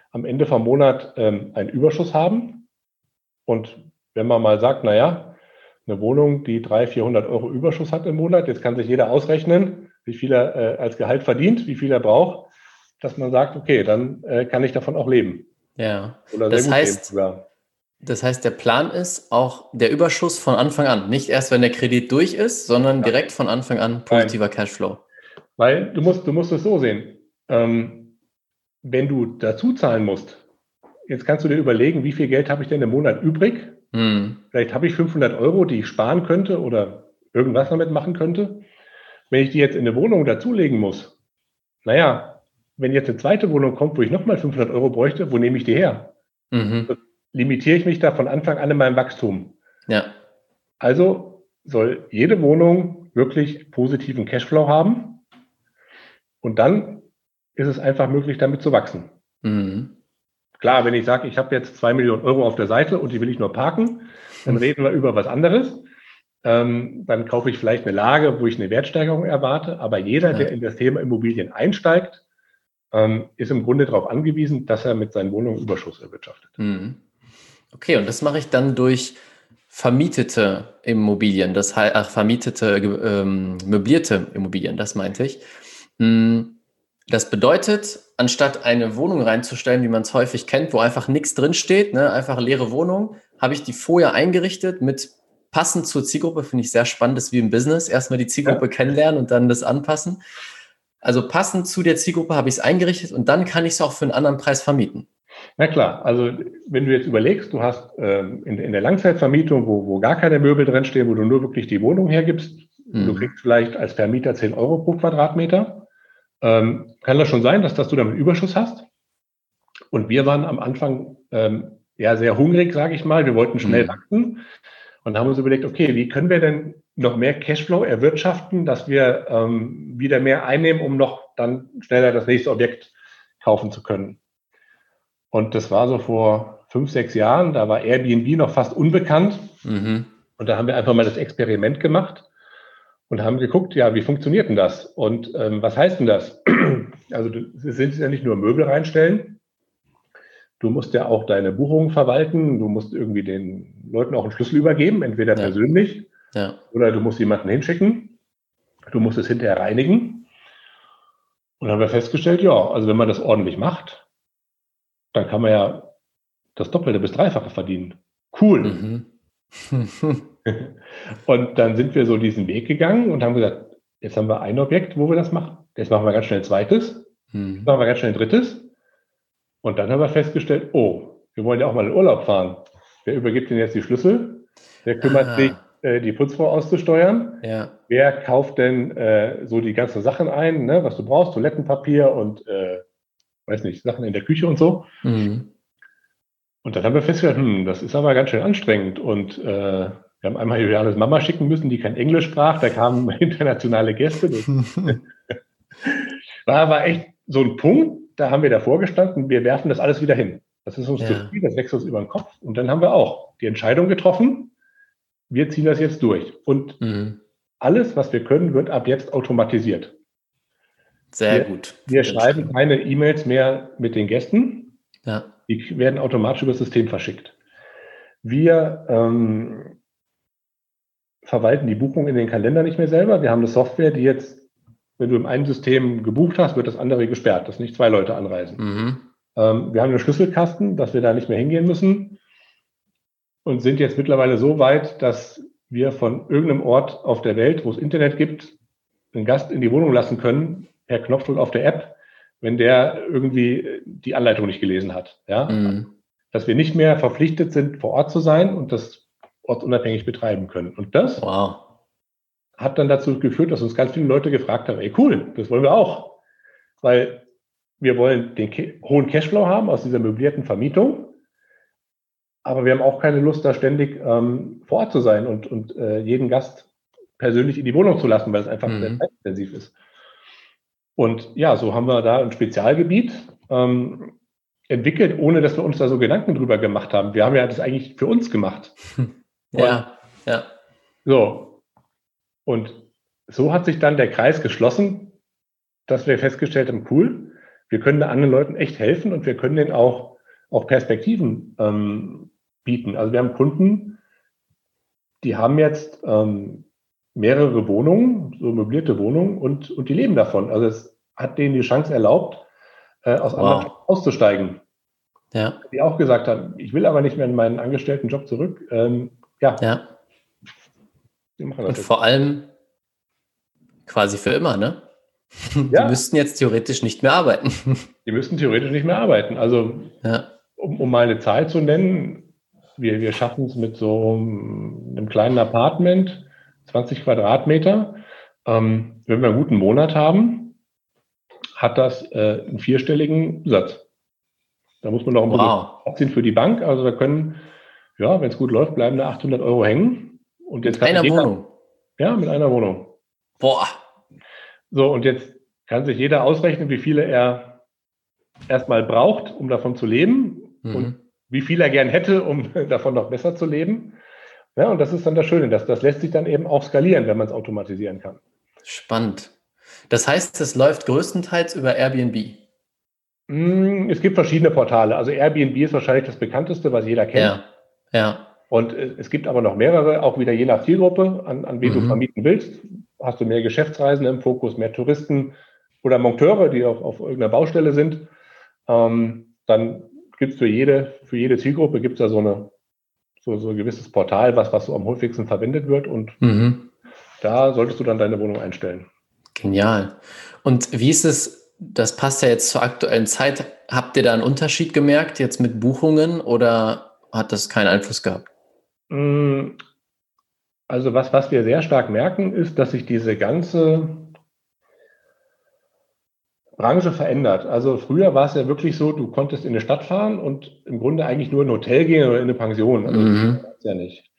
am Ende vom Monat ähm, einen Überschuss haben. Und wenn man mal sagt, naja, eine Wohnung, die dreihundert, vierhundert Euro Überschuss hat im Monat, jetzt kann sich jeder ausrechnen, wie viel er äh, als Gehalt verdient, wie viel er braucht, dass man sagt, okay, dann äh, kann ich davon auch leben. Ja, Oder sehr das gut leben heißt, sogar. das heißt, der Plan ist auch der Überschuss von Anfang an. Nicht erst, wenn der Kredit durch ist, sondern Ja. direkt von Anfang an positiver Nein, Cashflow. weil du musst, du musst es so sehen. Ähm, wenn du dazu zahlen musst, jetzt kannst du dir überlegen, wie viel Geld habe ich denn im Monat übrig? Hm. Vielleicht habe ich fünfhundert Euro, die ich sparen könnte oder irgendwas damit machen könnte. Wenn ich die jetzt in eine Wohnung dazulegen muss, naja, wenn jetzt eine zweite Wohnung kommt, wo ich nochmal fünfhundert Euro bräuchte, wo nehme ich die her? Mhm. Limitiere ich mich da von Anfang an in meinem Wachstum. Ja. Also soll jede Wohnung wirklich positiven Cashflow haben und dann ist es einfach möglich, damit zu wachsen. Mhm. Klar, wenn ich sage, ich habe jetzt zwei Millionen Euro auf der Seite und die will ich nur parken, dann reden wir über was anderes. Ähm, dann kaufe ich vielleicht eine Lage, wo ich eine Wertsteigerung erwarte. Aber jeder, Ja. der in das Thema Immobilien einsteigt, ähm, ist im Grunde darauf angewiesen, dass er mit seinen Wohnungen Überschuss erwirtschaftet. Mhm. Okay, und das mache ich dann durch vermietete Immobilien, das heißt, ach, vermietete, ähm, möblierte Immobilien, das meinte ich. Das bedeutet, anstatt eine Wohnung reinzustellen, wie man es häufig kennt, wo einfach nichts drinsteht, ne, einfach leere Wohnung, habe ich die vorher eingerichtet mit passend zur Zielgruppe, finde ich sehr spannend, das ist wie im Business, erstmal die Zielgruppe Ja. kennenlernen und dann das anpassen. Also passend zu der Zielgruppe habe ich es eingerichtet und dann kann ich es auch für einen anderen Preis vermieten. Na klar, also wenn du jetzt überlegst, du hast ähm, in, in der Langzeitvermietung, wo, wo gar keine Möbel drinstehen, wo du nur wirklich die Wohnung hergibst, und du Mhm. kriegst vielleicht als Vermieter zehn Euro pro Quadratmeter, ähm, kann das schon sein, dass, dass du damit Überschuss hast. Und wir waren am Anfang ähm, ja sehr hungrig, sage ich mal. Wir wollten schnell Mhm. wachsen und haben uns überlegt, okay, wie können wir denn noch mehr Cashflow erwirtschaften, dass wir ähm, wieder mehr einnehmen, um noch dann schneller das nächste Objekt kaufen zu können. Und das war so vor fünf, sechs Jahren, da war Airbnb noch fast unbekannt. Mhm. Und da haben wir einfach mal das Experiment gemacht und haben geguckt, ja, wie funktioniert denn das? Und ähm, was heißt denn das? Also es sind ja nicht nur Möbel reinstellen, du musst ja auch deine Buchungen verwalten, du musst irgendwie den Leuten auch einen Schlüssel übergeben, entweder Ja. persönlich Ja. oder du musst jemanden hinschicken, du musst es hinterher reinigen. Und dann haben wir festgestellt, ja, also wenn man das ordentlich macht, dann kann man ja das Doppelte bis Dreifache verdienen. Cool. Mhm. Und dann sind wir so diesen Weg gegangen und haben gesagt, jetzt haben wir ein Objekt, wo wir das machen. Jetzt machen wir ganz schnell ein zweites. Jetzt machen wir ganz schnell ein drittes. Und dann haben wir festgestellt, oh, wir wollen ja auch mal in Urlaub fahren. Wer übergibt denn jetzt die Schlüssel? Wer kümmert Ah, sich, äh, die Putzfrau auszusteuern? ja. Wer kauft denn äh, so die ganzen Sachen ein, ne, was du brauchst, Toilettenpapier und, äh, weiß nicht, Sachen in der Küche und so. Mhm. Und dann haben wir festgestellt, hm, das ist aber ganz schön anstrengend. Und äh, wir haben einmal Julianes Mama schicken müssen, die kein Englisch sprach. Da kamen internationale Gäste. Das war aber echt so ein Punkt, da haben wir davor gestanden, wir werfen das alles wieder hin. Das ist uns zu Ja. viel, das wächst uns über den Kopf. Und dann haben wir auch die Entscheidung getroffen, wir ziehen das jetzt durch. Und Mhm. alles, was wir können, wird ab jetzt automatisiert. Sehr Wir, gut. wir Gute schreiben Entscheidung. keine E-Mails mehr mit den Gästen. Ja. Die werden automatisch über das System verschickt. Wir ähm, verwalten die Buchung in den Kalender nicht mehr selber. Wir haben eine Software, die jetzt, wenn du im einen System gebucht hast, wird das andere gesperrt, dass nicht zwei Leute anreisen. Mhm. Ähm, wir haben einen Schlüsselkasten, dass wir da nicht mehr hingehen müssen und sind jetzt mittlerweile so weit, dass wir von irgendeinem Ort auf der Welt, wo es Internet gibt, einen Gast in die Wohnung lassen können, per Knopfdruck auf der App, wenn der irgendwie die Anleitung nicht gelesen hat. Ja? Mhm. Dass wir nicht mehr verpflichtet sind, vor Ort zu sein und das ortsunabhängig betreiben können. Und das Wow. hat dann dazu geführt, dass uns ganz viele Leute gefragt haben, ey cool, das wollen wir auch. Weil wir wollen den hohen Cashflow haben aus dieser möblierten Vermietung, aber wir haben auch keine Lust, da ständig ähm, vor Ort zu sein und, und äh, jeden Gast persönlich in die Wohnung zu lassen, weil es einfach Mhm. sehr zeitintensiv ist. Und ja, so haben wir da ein Spezialgebiet ähm, entwickelt, ohne dass wir uns da so Gedanken drüber gemacht haben. Wir haben ja das eigentlich für uns gemacht. Ja, ja. So, und so hat sich dann der Kreis geschlossen, dass wir festgestellt haben, cool, wir können anderen Leuten echt helfen und wir können denen auch, auch Perspektiven ähm, bieten. Also wir haben Kunden, die haben jetzt ähm, mehrere Wohnungen, so möblierte Wohnungen und, und die leben davon. Also es hat denen die Chance erlaubt, äh, aus Wow. anderen Jobs auszusteigen. Ja. Die auch gesagt haben, ich will aber nicht mehr in meinen Angestelltenjob zurück. Ähm, ja. Ja. Die machen das Und jetzt. vor allem quasi für immer, ne? Die Ja. müssten jetzt theoretisch nicht mehr arbeiten. Die müssten theoretisch nicht mehr arbeiten. Also Ja. um, um mal eine Zahl zu nennen, wir, wir schaffen es mit so einem kleinen Apartment, zwanzig Quadratmeter. Ähm, wenn wir einen guten Monat haben, hat das äh, einen vierstelligen Satz. Da muss man noch ein Wow. bisschen abziehen für die Bank. Also da können, ja, wenn es gut läuft, bleiben da achthundert Euro hängen. Und jetzt Mit einer jeder, Wohnung. Ja, mit einer Wohnung. Boah. So, und jetzt kann sich jeder ausrechnen, wie viele er erstmal braucht, um davon zu leben, Mhm. und wie viel er gern hätte, um davon noch besser zu leben. Ja, und das ist dann das Schöne, dass das lässt sich dann eben auch skalieren, wenn man es automatisieren kann. Spannend. Das heißt, es läuft größtenteils über Airbnb. Es gibt verschiedene Portale. Also Airbnb ist wahrscheinlich das bekannteste, was jeder kennt. Ja, ja. Und es gibt aber noch mehrere, auch wieder je nach Zielgruppe, an, an wen Mhm. du vermieten willst. Hast du mehr Geschäftsreisende im Fokus, mehr Touristen oder Monteure, die auf, auf irgendeiner Baustelle sind. Ähm, dann gibt es für jede, für jede Zielgruppe gibt's da so, eine, so, so ein gewisses Portal, was, was so am häufigsten verwendet wird. Und Mhm. da solltest du dann deine Wohnung einstellen. Genial. Und wie ist es, das passt ja jetzt zur aktuellen Zeit, habt ihr da einen Unterschied gemerkt jetzt mit Buchungen oder hat das keinen Einfluss gehabt? Also was, was wir sehr stark merken, ist, dass sich diese ganze Branche verändert. Also früher war es ja wirklich so, du konntest in eine Stadt fahren und im Grunde eigentlich nur in ein Hotel gehen oder in eine Pension. Also Mhm. das ist ja nicht.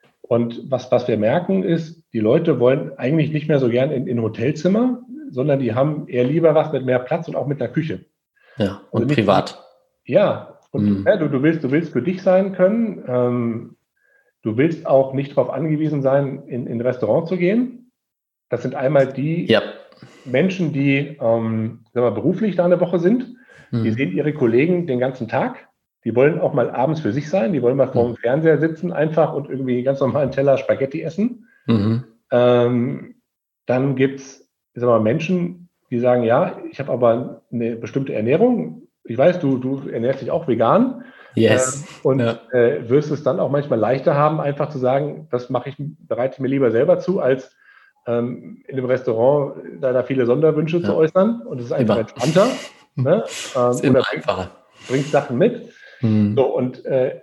Und was, was wir merken ist, die Leute wollen eigentlich nicht mehr so gern in, in Hotelzimmer, sondern die haben eher lieber was mit mehr Platz und auch mit einer Küche. Ja, und Also nicht, privat. Ja, und Mhm. ja, du, du, willst, du willst für dich sein können. Ähm, du willst auch nicht darauf angewiesen sein, in, in ein Restaurant zu gehen. Das sind einmal die Ja. Menschen, die ähm, sagen wir, beruflich da eine Woche sind. Die Mhm. sehen ihre Kollegen den ganzen Tag. Die wollen auch mal abends für sich sein. Die wollen mal vor dem Mhm. Fernseher sitzen einfach und irgendwie ganz normal einen Teller Spaghetti essen. Mhm. Ähm, dann gibt es Menschen, die sagen, ja, ich habe aber eine bestimmte Ernährung. Ich weiß, du, du ernährst dich auch vegan. Yes. Ähm, und Ja. äh, wirst es dann auch manchmal leichter haben, einfach zu sagen, das mache ich, bereite ich mir lieber selber zu, als ähm, in einem Restaurant da, da viele Sonderwünsche Ja. zu äußern. Und es ist einfach Immer. entspannter. Ne? Ähm, Ist immer oder bring, einfacher. bringst Sachen mit. Mhm. So, und äh,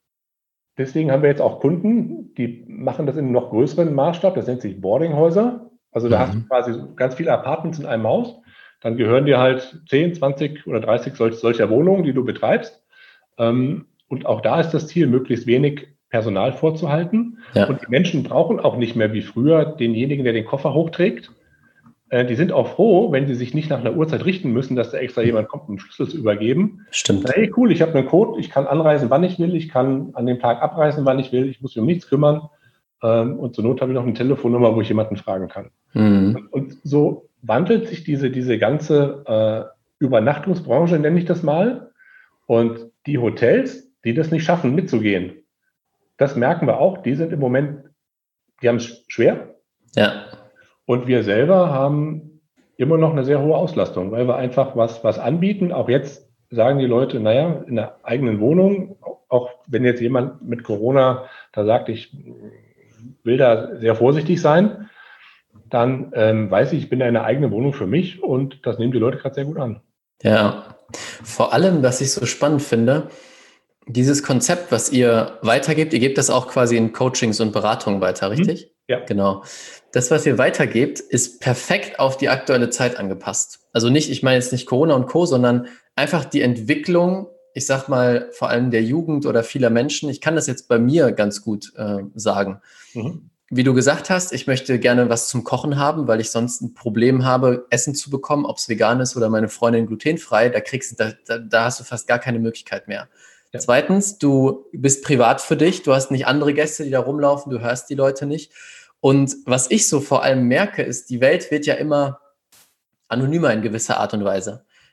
deswegen haben wir jetzt auch Kunden, die machen das in einem noch größeren Maßstab. Das nennt sich Boardinghäuser. Also da hast du Mhm. quasi ganz viele Apartments in einem Haus. Dann gehören dir halt zehn, zwanzig oder dreißig solch, solcher Wohnungen, die du betreibst. Ähm, und auch da ist das Ziel, möglichst wenig Personal vorzuhalten. Ja. Und die Menschen brauchen auch nicht mehr wie früher denjenigen, der den Koffer hochträgt. Äh, die sind auch froh, wenn sie sich nicht nach einer Uhrzeit richten müssen, dass da extra jemand kommt, um den Schlüssel zu übergeben. Stimmt. Hey, cool, ich habe einen Code, ich kann anreisen, wann ich will, ich kann an dem Tag abreisen, wann ich will, ich muss mich um nichts kümmern. Ähm, und zur Not habe ich noch eine Telefonnummer, wo ich jemanden fragen kann. Mhm. Und, und so wandelt sich diese, diese ganze äh, Übernachtungsbranche, nenne ich das mal. Und die Hotels, die das nicht schaffen, mitzugehen, das merken wir auch, die sind im Moment, die haben es schwer. Ja. Und wir selber haben immer noch eine sehr hohe Auslastung, weil wir einfach was, was anbieten. Auch jetzt sagen die Leute, naja, in der eigenen Wohnung, auch wenn jetzt jemand mit Corona da sagt, ich will da sehr vorsichtig sein, dann ähm, weiß ich, ich bin da in einer eigenen Wohnung für mich und das nehmen die Leute gerade sehr gut an. Ja. Vor allem, was ich so spannend finde, dieses Konzept, was ihr weitergebt, ihr gebt das auch quasi in Coachings und Beratungen weiter, richtig? Mhm. Ja. Genau. Das, was ihr weitergebt, ist perfekt auf die aktuelle Zeit angepasst. Also nicht, ich meine jetzt nicht Corona und Co., sondern einfach die Entwicklung, ich sag mal, vor allem der Jugend oder vieler Menschen. Ich kann das jetzt bei mir ganz gut äh, sagen. Mhm. Wie du gesagt hast, ich möchte gerne was zum Kochen haben, weil ich sonst ein Problem habe, Essen zu bekommen, ob es vegan ist oder meine Freundin glutenfrei. Da kriegst du, da, da, da hast du fast gar keine Möglichkeit mehr. Ja. Zweitens, du bist privat für dich, du hast nicht andere Gäste, die da rumlaufen, du hörst die Leute nicht. Und was ich so vor allem merke, ist, die Welt wird ja immer anonymer in gewisser Art und Weise.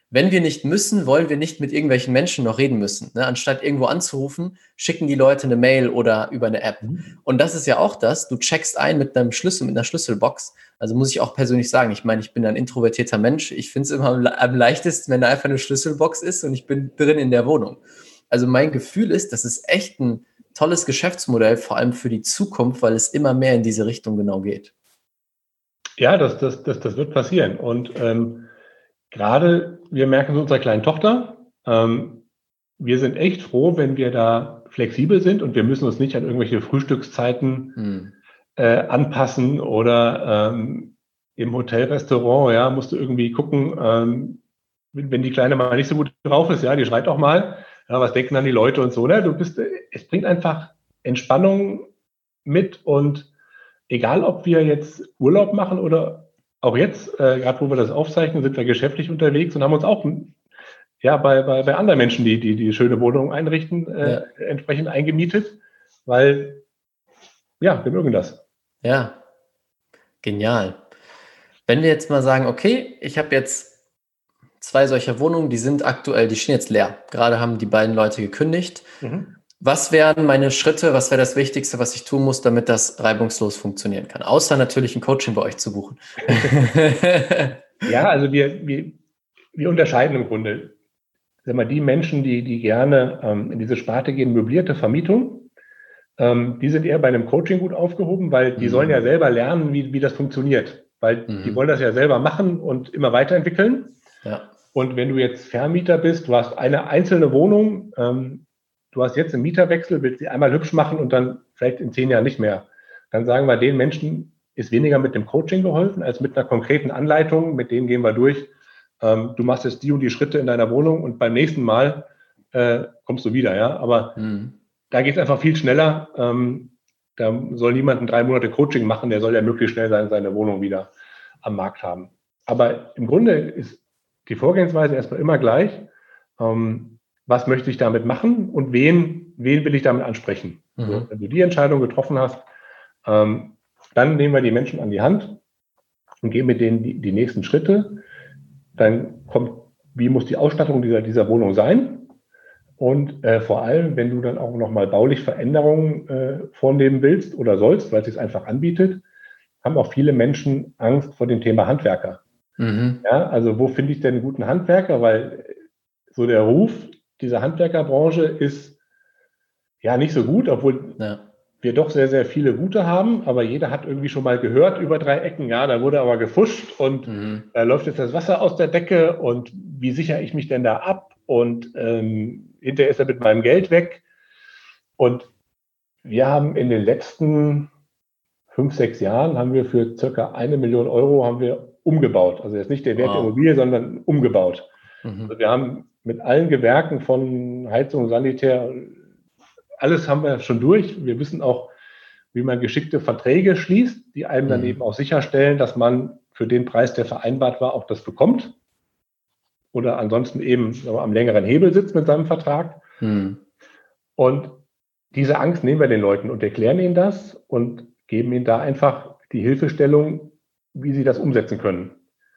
wenn wir nicht müssen, wollen wir nicht mit irgendwelchen Menschen noch reden müssen. Ne? Anstatt irgendwo anzurufen, schicken die Leute eine Mail oder über eine App. Mhm. Und das ist ja auch das, du checkst ein mit einem Schlüssel, mit einer Schlüsselbox. Also muss ich auch persönlich sagen, ich meine, ich bin ein introvertierter Mensch. Ich finde es immer am am leichtesten, wenn da einfach eine Schlüsselbox ist und ich bin drin in der Wohnung. Also mein Gefühl ist, das ist echt ein tolles Geschäftsmodell, vor allem für die Zukunft, weil es immer mehr in diese Richtung genau geht. Ja, das, das, das, das wird passieren. Und ähm, gerade, wir merken es unserer kleinen Tochter, ähm, wir sind echt froh, wenn wir da flexibel sind und wir müssen uns nicht an irgendwelche Frühstückszeiten Hm. äh, anpassen oder ähm, im Hotelrestaurant, ja, musst du irgendwie gucken, ähm, wenn wenn die Kleine mal nicht so gut drauf ist, ja, die schreit auch mal, ja, was denken dann die Leute und so, ne? Du bist, äh, es bringt einfach Entspannung mit und egal, ob wir jetzt Urlaub machen oder auch jetzt, äh, gerade wo wir das aufzeichnen, sind wir geschäftlich unterwegs und haben uns auch ja, bei, bei, bei anderen Menschen, die, die die schöne Wohnungen einrichten, äh, Ja. entsprechend eingemietet, weil ja, wir mögen das. Ja, genial. Wenn wir jetzt mal sagen, okay, ich habe jetzt zwei solcher Wohnungen, die sind aktuell, die stehen jetzt leer. Gerade haben die beiden Leute gekündigt. Mhm. Was wären meine Schritte, was wäre das Wichtigste, was ich tun muss, damit das reibungslos funktionieren kann? Außer natürlich ein Coaching bei euch zu buchen. Ja, also wir, wir, wir unterscheiden im Grunde, sag mal, die Menschen, die, die gerne ähm, in diese Sparte gehen, möblierte Vermietung, ähm, die sind eher bei einem Coaching gut aufgehoben, weil die Mhm. sollen ja selber lernen, wie, wie das funktioniert. Weil Mhm. die wollen das ja selber machen und immer weiterentwickeln. Ja. Und wenn du jetzt Vermieter bist, du hast eine einzelne Wohnung, ähm, du hast jetzt einen Mieterwechsel, willst sie einmal hübsch machen und dann vielleicht in zehn Jahren nicht mehr. Dann sagen wir, den Menschen ist weniger mit dem Coaching geholfen, als mit einer konkreten Anleitung, mit denen gehen wir durch. Ähm, du machst jetzt die und die Schritte in deiner Wohnung und beim nächsten Mal äh, kommst du wieder, ja. Aber Mhm. da geht es einfach viel schneller. Ähm, da soll niemand ein drei Monate Coaching machen, der soll ja möglichst schnell seine, seine Wohnung wieder am Markt haben. Aber im Grunde ist die Vorgehensweise erstmal immer gleich. Ähm, was möchte ich damit machen und wen, wen will ich damit ansprechen? Mhm. So, wenn du die Entscheidung getroffen hast, ähm, dann nehmen wir die Menschen an die Hand und gehen mit denen die, die nächsten Schritte. Dann kommt, wie muss die Ausstattung dieser, dieser Wohnung sein? Und äh, vor allem, wenn du dann auch nochmal baulich Veränderungen äh, vornehmen willst oder sollst, weil es sich einfach anbietet, haben auch viele Menschen Angst vor dem Thema Handwerker. Mhm. Ja, also wo finde ich denn einen guten Handwerker? Weil so der Ruf dieser Handwerkerbranche ist ja nicht so gut, obwohl Ja. wir doch sehr, sehr viele gute haben, aber jeder hat irgendwie schon mal gehört über drei Ecken, ja, da wurde aber gefuscht und Mhm. da läuft jetzt das Wasser aus der Decke und wie sichere ich mich denn da ab? Und ähm, hinterher ist er mit meinem Geld weg. Und wir haben in den letzten fünf, sechs Jahren haben wir für circa eine Million Euro haben wir umgebaut. Also jetzt nicht der Wert der Wow. Immobilie, sondern umgebaut. Mhm. Also wir haben mit allen Gewerken von Heizung, Sanitär, alles haben wir schon durch. Wir wissen auch, wie man geschickte Verträge schließt, die einem dann Mhm. eben auch sicherstellen, dass man für den Preis, der vereinbart war, auch das bekommt. Oder ansonsten eben sagen wir, am längeren Hebel sitzt mit seinem Vertrag. Mhm. Und diese Angst nehmen wir den Leuten und erklären ihnen das und geben ihnen da einfach die Hilfestellung, wie sie das umsetzen können.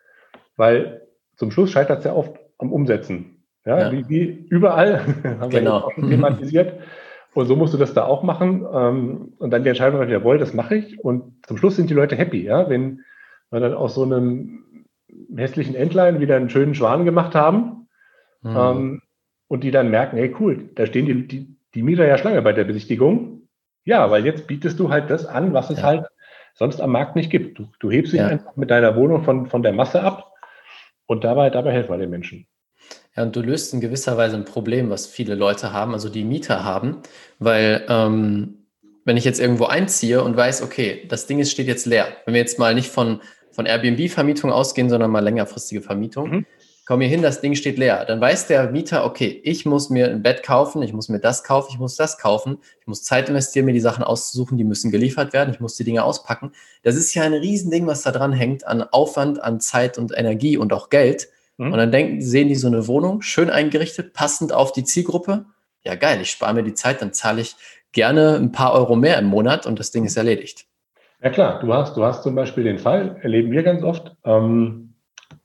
Weil zum Schluss scheitert es ja oft am Umsetzen. Ja, Ja. Wie, wie überall, haben wir eben Genau. auch schon thematisiert. Und so musst du das da auch machen. ähm, Und dann die Entscheidung, jawohl, das mache ich. Und zum Schluss sind die Leute happy, ja, wenn wir dann aus so einem hässlichen Entlein wieder einen schönen Schwan gemacht haben. Mhm. Ähm, und die dann merken, hey cool, da stehen die, die, die Mieter ja Schlange bei der Besichtigung. Ja, weil jetzt bietest du halt das an, was es Ja. halt sonst am Markt nicht gibt. Du, du hebst dich Ja. einfach mit deiner Wohnung von, von der Masse ab und dabei, dabei helfen wir den Menschen. Ja, und du löst in gewisser Weise ein Problem, was viele Leute haben, also die Mieter haben, weil ähm, wenn ich jetzt irgendwo einziehe und weiß, okay, das Ding ist, steht jetzt leer, wenn wir jetzt mal nicht von, von Airbnb-Vermietung ausgehen, sondern mal längerfristige Vermietung, Mhm. komm hier hin, das Ding steht leer, dann weiß der Mieter, okay, ich muss mir ein Bett kaufen, ich muss mir das kaufen, ich muss das kaufen, ich muss Zeit investieren, mir die Sachen auszusuchen, die müssen geliefert werden, ich muss die Dinge auspacken. Das ist ja ein Riesending, was da dran hängt an Aufwand, an Zeit und Energie und auch Geld. Mhm. Und dann denken, sehen die so eine Wohnung, schön eingerichtet, passend auf die Zielgruppe. Ja, geil, ich spare mir die Zeit, dann zahle ich gerne ein paar Euro mehr im Monat und das Ding ist erledigt. Ja klar, du hast, du hast zum Beispiel den Fall, erleben wir ganz oft, ähm,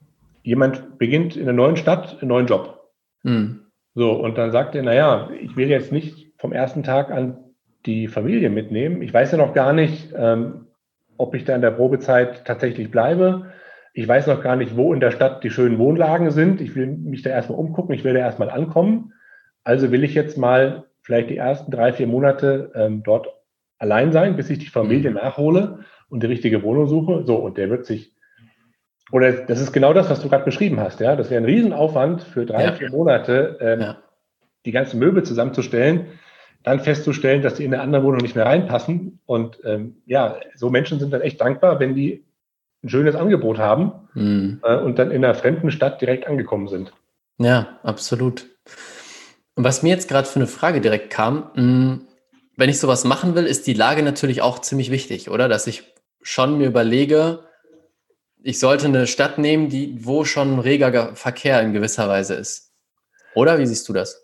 jemand beginnt in einer neuen Stadt, einen neuen Job. Mhm. So, und dann sagt er, naja, ich will jetzt nicht vom ersten Tag an die Familie mitnehmen. Ich weiß ja noch gar nicht, ähm, ob ich da in der Probezeit tatsächlich bleibe. Ich weiß noch gar nicht, wo in der Stadt die schönen Wohnlagen sind. Ich will mich da erstmal umgucken, ich will da erstmal ankommen. Also will ich jetzt mal vielleicht die ersten drei, vier Monate ähm, dort allein sein, bis ich die Familie mhm. nachhole und die richtige Wohnung suche. So, und der wird sich, oder das ist genau das, was du gerade beschrieben hast. Ja, das wäre ein Riesenaufwand für drei, ja. vier Monate, ähm, ja. die ganzen Möbel zusammenzustellen, dann festzustellen, dass die in eine andere Wohnung nicht mehr reinpassen. Und ähm, ja, so Menschen sind dann echt dankbar, wenn die ein schönes Angebot haben mhm. äh, und dann in einer fremden Stadt direkt angekommen sind. Ja, absolut. Und was mir jetzt gerade für eine Frage direkt kam, mh, wenn ich sowas machen will, ist die Lage natürlich auch ziemlich wichtig, oder? Dass ich schon mir überlege, ich sollte eine Stadt nehmen, die, wo schon reger Verkehr in gewisser Weise ist. Oder wie siehst du das?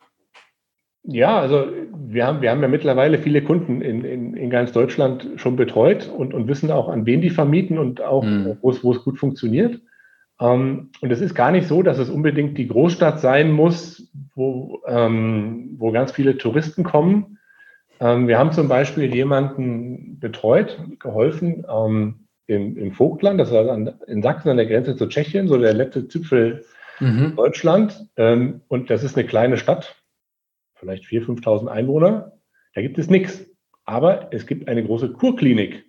Ja, also wir haben, wir haben ja mittlerweile viele Kunden in, in, in ganz Deutschland schon betreut und, und wissen auch, an wen die vermieten und auch, mhm. wo es, wo es gut funktioniert. Ähm, und es ist gar nicht so, dass es unbedingt die Großstadt sein muss, wo, ähm, wo ganz viele Touristen kommen. Ähm, wir haben zum Beispiel jemanden betreut, geholfen ähm, im, im Vogtland, das ist also an, in Sachsen an der Grenze zu Tschechien, so der letzte Zipfel mhm. Deutschland. Ähm, und das ist eine kleine Stadt, vielleicht viertausend, fünftausend Einwohner. Da gibt es nichts. Aber es gibt eine große Kurklinik.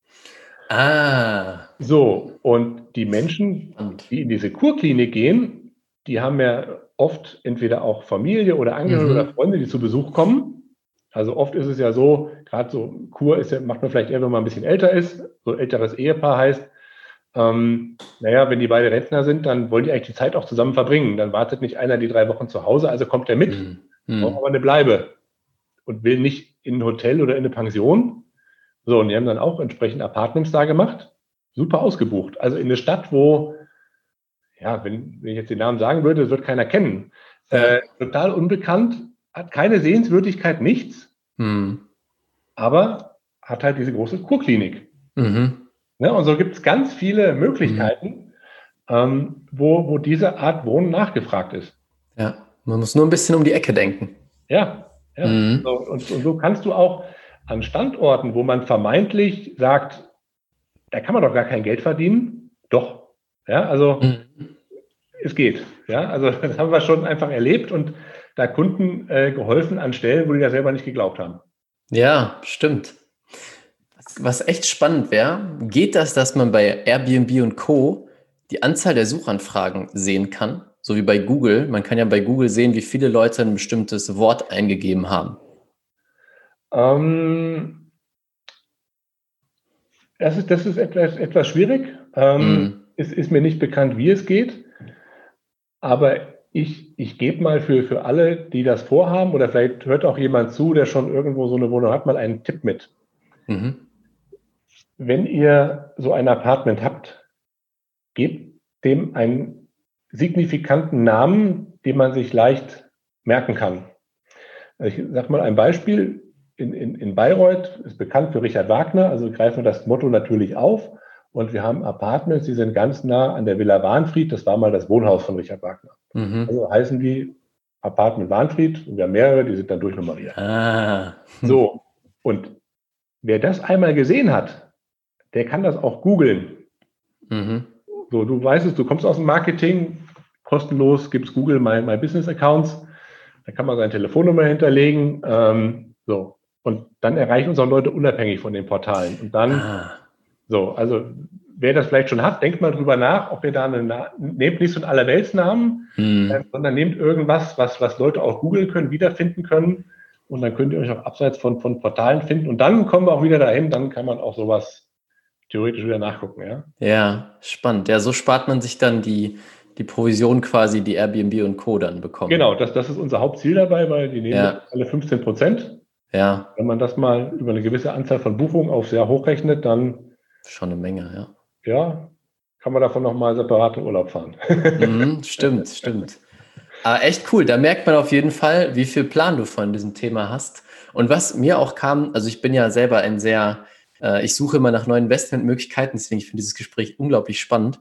Ah. So, und die Menschen, die in diese Kurklinik gehen, die haben ja oft entweder auch Familie oder Angehörige mhm. oder Freunde, die zu Besuch kommen. Also oft ist es ja so, gerade so Kur ist ja, macht man vielleicht eher, wenn man ein bisschen älter ist, so ein älteres Ehepaar heißt, ähm, naja, wenn die beide Rentner sind, dann wollen die eigentlich die Zeit auch zusammen verbringen. Dann wartet nicht einer die drei Wochen zu Hause, also kommt er mit, mhm. braucht aber eine Bleibe und will nicht in ein Hotel oder in eine Pension. So, und die haben dann auch entsprechend Apartments da gemacht, super ausgebucht. Also in eine Stadt, wo, ja, wenn, wenn ich jetzt den Namen sagen würde, das wird keiner kennen. Ja. Äh, total unbekannt, hat keine Sehenswürdigkeit, nichts, mhm. aber hat halt diese große Kurklinik. Mhm. Ja, und so gibt es ganz viele Möglichkeiten, mhm. ähm, wo, wo diese Art Wohnen nachgefragt ist. Ja, man muss nur ein bisschen um die Ecke denken. Ja, ja. Mhm. So, und, und so kannst du auch an Standorten, wo man vermeintlich sagt, da kann man doch gar kein Geld verdienen, doch. Ja, also mhm. es geht. Ja, also das haben wir schon einfach erlebt und da Kunden äh, geholfen an Stellen, wo die da selber nicht geglaubt haben. Ja, stimmt. Was, was echt spannend wäre, geht das, dass man bei Airbnb und Co. die Anzahl der Suchanfragen sehen kann, so wie bei Google. Man kann ja bei Google sehen, wie viele Leute ein bestimmtes Wort eingegeben haben. Ähm, das ist, das ist etwas, etwas schwierig. Ähm, mm. Es ist mir nicht bekannt, wie es geht. Aber ich, ich gebe mal für, für alle, die das vorhaben, oder vielleicht hört auch jemand zu, der schon irgendwo so eine Wohnung hat, mal einen Tipp mit. Mhm. Wenn ihr so ein Apartment habt, gebt dem einen signifikanten Namen, den man sich leicht merken kann. Ich sage mal ein Beispiel. In, in, in Bayreuth ist bekannt für Richard Wagner, also greifen wir das Motto natürlich auf. Und wir haben Apartments, die sind ganz nah an der Villa Wahnfried. Das war mal das Wohnhaus von Richard Wagner. Mhm. Also heißen die Apartment Wahnfried. Und wir haben mehrere, die sind dann durchnummeriert. Ah. Hm. So, und wer das einmal gesehen hat, der kann das auch googeln. Mhm. So, du weißt es, du kommst aus dem Marketing, kostenlos gibt es Google My, My Business Accounts. Da kann man seine Telefonnummer hinterlegen. Ähm, so. Und dann erreichen uns auch Leute unabhängig von den Portalen. Und dann, ah. so, also wer das vielleicht schon hat, denkt mal drüber nach, ob ihr da eine, nehmt nicht so einen Allerweltsnamen, hm. äh, sondern nehmt irgendwas, was, was Leute auch googeln können, wiederfinden können. Und dann könnt ihr euch auch abseits von, von Portalen finden. Und dann kommen wir auch wieder dahin, dann kann man auch sowas theoretisch wieder nachgucken, ja. Ja, spannend. Ja, so spart man sich dann die, die Provision quasi, die Airbnb und Co. dann bekommen. Genau, das, das ist unser Hauptziel dabei, weil die nehmen ja. alle fünfzehn Prozent. Ja. Wenn man das mal über eine gewisse Anzahl von Buchungen aufs Jahr hochrechnet, dann schon eine Menge, ja. Ja, kann man davon nochmal separat in Urlaub fahren. Mhm, stimmt, stimmt. Aber echt cool, da merkt man auf jeden Fall, wie viel Plan du von diesem Thema hast. Und was mir auch kam, also ich bin ja selber ein sehr, äh, ich suche immer nach neuen Investmentmöglichkeiten, deswegen finde ich dieses Gespräch unglaublich spannend.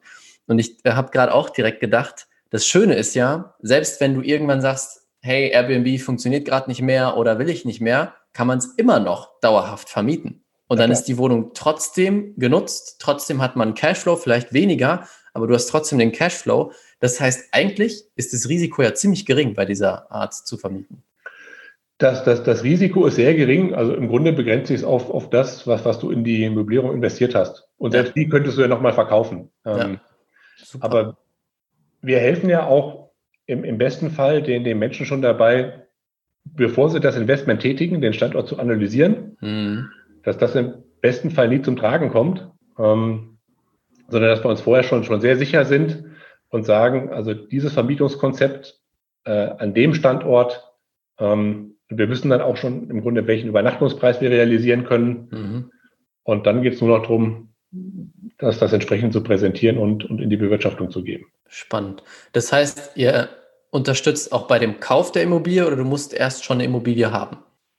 Und ich äh, habe gerade auch direkt gedacht, das Schöne ist ja, selbst wenn du irgendwann sagst, hey, Airbnb funktioniert gerade nicht mehr oder will ich nicht mehr, kann man es immer noch dauerhaft vermieten. Und dann ist die Wohnung trotzdem genutzt, trotzdem hat man Cashflow, vielleicht weniger, aber du hast trotzdem den Cashflow. Das heißt, eigentlich ist das Risiko ja ziemlich gering, bei dieser Art zu vermieten. Das, das, das Risiko ist sehr gering. Also im Grunde begrenzt sich es auf, auf das, was, was du in die Möblierung investiert hast. Und selbst ja. die könntest du ja nochmal verkaufen. Ja. Ähm, super. Aber wir helfen ja auch im, im besten Fall den, den Menschen schon dabei, bevor sie das Investment tätigen, den Standort zu analysieren, mhm. dass das im besten Fall nie zum Tragen kommt, ähm, sondern dass wir uns vorher schon, schon sehr sicher sind und sagen, also dieses Vermietungskonzept äh, an dem Standort, ähm, wir wissen dann auch schon im Grunde, welchen Übernachtungspreis wir realisieren können. Mhm. Und dann geht es nur noch darum, das, das entsprechend zu präsentieren und, und in die Bewirtschaftung zu geben. Spannend. Das heißt, ihr unterstützt auch bei dem Kauf der Immobilie oder du musst erst schon eine Immobilie haben?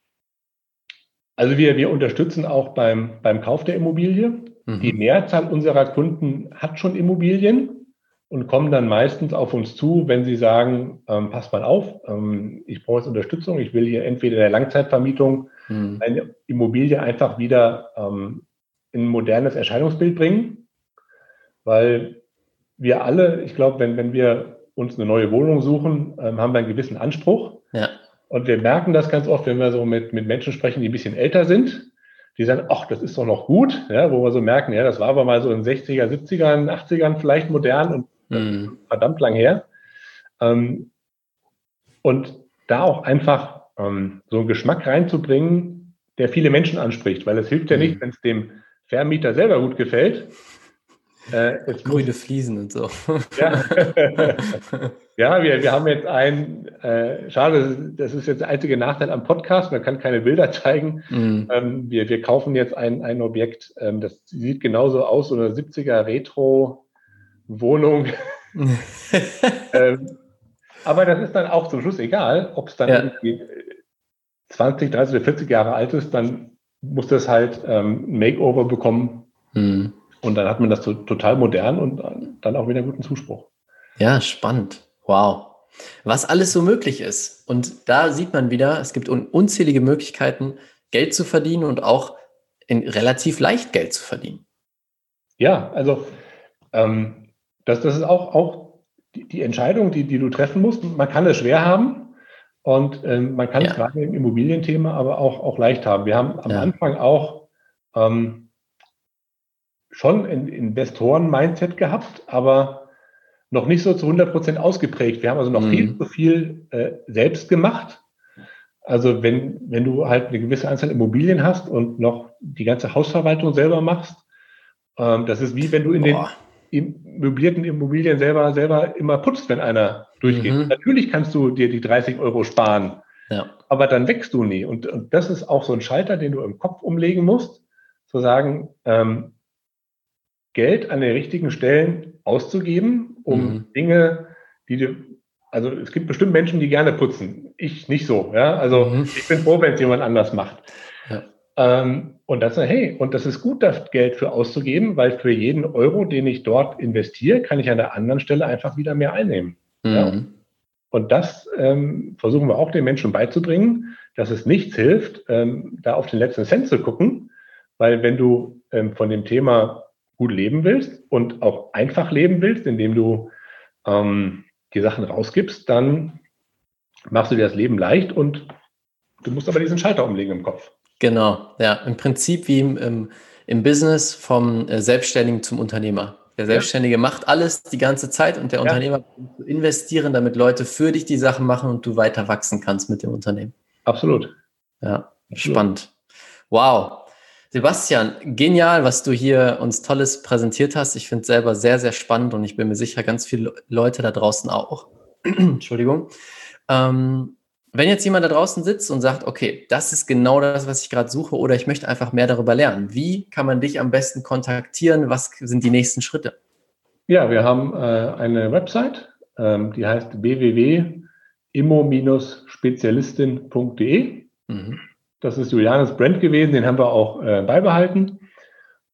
Also wir, wir unterstützen auch beim, beim Kauf der Immobilie. Mhm. Die Mehrzahl unserer Kunden hat schon Immobilien und kommen dann meistens auf uns zu, wenn sie sagen, ähm, passt mal auf, ähm, ich brauche jetzt Unterstützung, ich will hier entweder in der Langzeitvermietung mhm. eine Immobilie einfach wieder ähm, in ein modernes Erscheinungsbild bringen, weil wir alle, ich glaube, wenn, wenn wir uns eine neue Wohnung suchen, ähm, haben wir einen gewissen Anspruch. Ja. Und wir merken das ganz oft, wenn wir so mit, mit Menschen sprechen, die ein bisschen älter sind, die sagen, ach, das ist doch noch gut, ja, wo wir so merken, ja, das war aber mal so in den sechziger, siebzigern, achtzigern vielleicht modern und mm. verdammt lang her. Ähm, und da auch einfach ähm, so einen Geschmack reinzubringen, der viele Menschen anspricht, weil es hilft ja mm. nicht, wenn es dem Vermieter selber gut gefällt. Äh, Grüne muss, Fliesen und so. Ja, ja wir, wir haben jetzt ein, äh, schade, das ist jetzt der einzige Nachteil am Podcast, man kann keine Bilder zeigen. Mm. Ähm, wir, wir kaufen jetzt ein, ein Objekt, ähm, das sieht genauso aus, so eine siebziger Retro-Wohnung. ähm, aber das ist dann auch zum Schluss egal, ob es dann ja. irgendwie zwanzig, dreißig oder vierzig Jahre alt ist, dann muss das halt ähm, ein Makeover bekommen. Mm. Und dann hat man das so total modern und dann auch wieder guten Zuspruch. Ja, spannend. Wow. Was alles so möglich ist. Und da sieht man wieder, es gibt un- unzählige Möglichkeiten, Geld zu verdienen und auch in relativ leicht Geld zu verdienen. Ja, also ähm, das, das ist auch, auch die, die Entscheidung, die, die du treffen musst. Man kann es schwer haben und ähm, man kann ja. es gerade im Immobilienthema aber auch, auch leicht haben. Wir haben am ja. Anfang auch ähm, schon ein Investoren-Mindset gehabt, aber noch nicht so zu hundert Prozent ausgeprägt. Wir haben also noch mhm. viel zu viel äh, selbst gemacht. Also wenn, wenn du halt eine gewisse Anzahl Immobilien hast und noch die ganze Hausverwaltung selber machst, ähm, das ist wie wenn du in Boah. den möblierten Immobilien selber, selber immer putzt, wenn einer durchgeht. Mhm. Natürlich kannst du dir die dreißig Euro sparen, ja. aber dann wächst du nie. Und, und das ist auch so ein Schalter, den du im Kopf umlegen musst, zu sagen, ähm, Geld an den richtigen Stellen auszugeben, um mhm. Dinge, die du, also es gibt bestimmt Menschen, die gerne putzen. Ich nicht so, ja. Also mhm. ich bin froh, wenn es jemand anders macht. Ja. Ähm, und dann sagt, hey, und das ist gut, das Geld für auszugeben, weil für jeden Euro, den ich dort investiere, kann ich an der anderen Stelle einfach wieder mehr einnehmen. Mhm. Ja? Und das ähm, versuchen wir auch den Menschen beizubringen, dass es nichts hilft, ähm, da auf den letzten Cent zu gucken, weil wenn du ähm, von dem Thema gut leben willst und auch einfach leben willst, indem du ähm, die Sachen rausgibst, dann machst du dir das Leben leicht und du musst aber diesen Schalter umlegen im Kopf. Genau, ja, im Prinzip wie im, im, im Business vom äh, Selbstständigen zum Unternehmer. Der Selbstständige ja. macht alles die ganze Zeit und der ja. Unternehmer muss investieren, damit Leute für dich die Sachen machen und du weiter wachsen kannst mit dem Unternehmen. Absolut. Ja, Absolut. Spannend. Wow. Sebastian, genial, was du hier uns Tolles präsentiert hast. Ich finde es selber sehr, sehr spannend und ich bin mir sicher, ganz viele Leute da draußen auch. Entschuldigung. Ähm, wenn jetzt jemand da draußen sitzt und sagt, okay, das ist genau das, was ich gerade suche oder ich möchte einfach mehr darüber lernen. Wie kann man dich am besten kontaktieren? Was sind die nächsten Schritte? Ja, wir haben äh, eine Website, ähm, die heißt w w w punkt immo spezialistin punkt de. Mhm. Das ist Julianes Brand gewesen, den haben wir auch äh, beibehalten.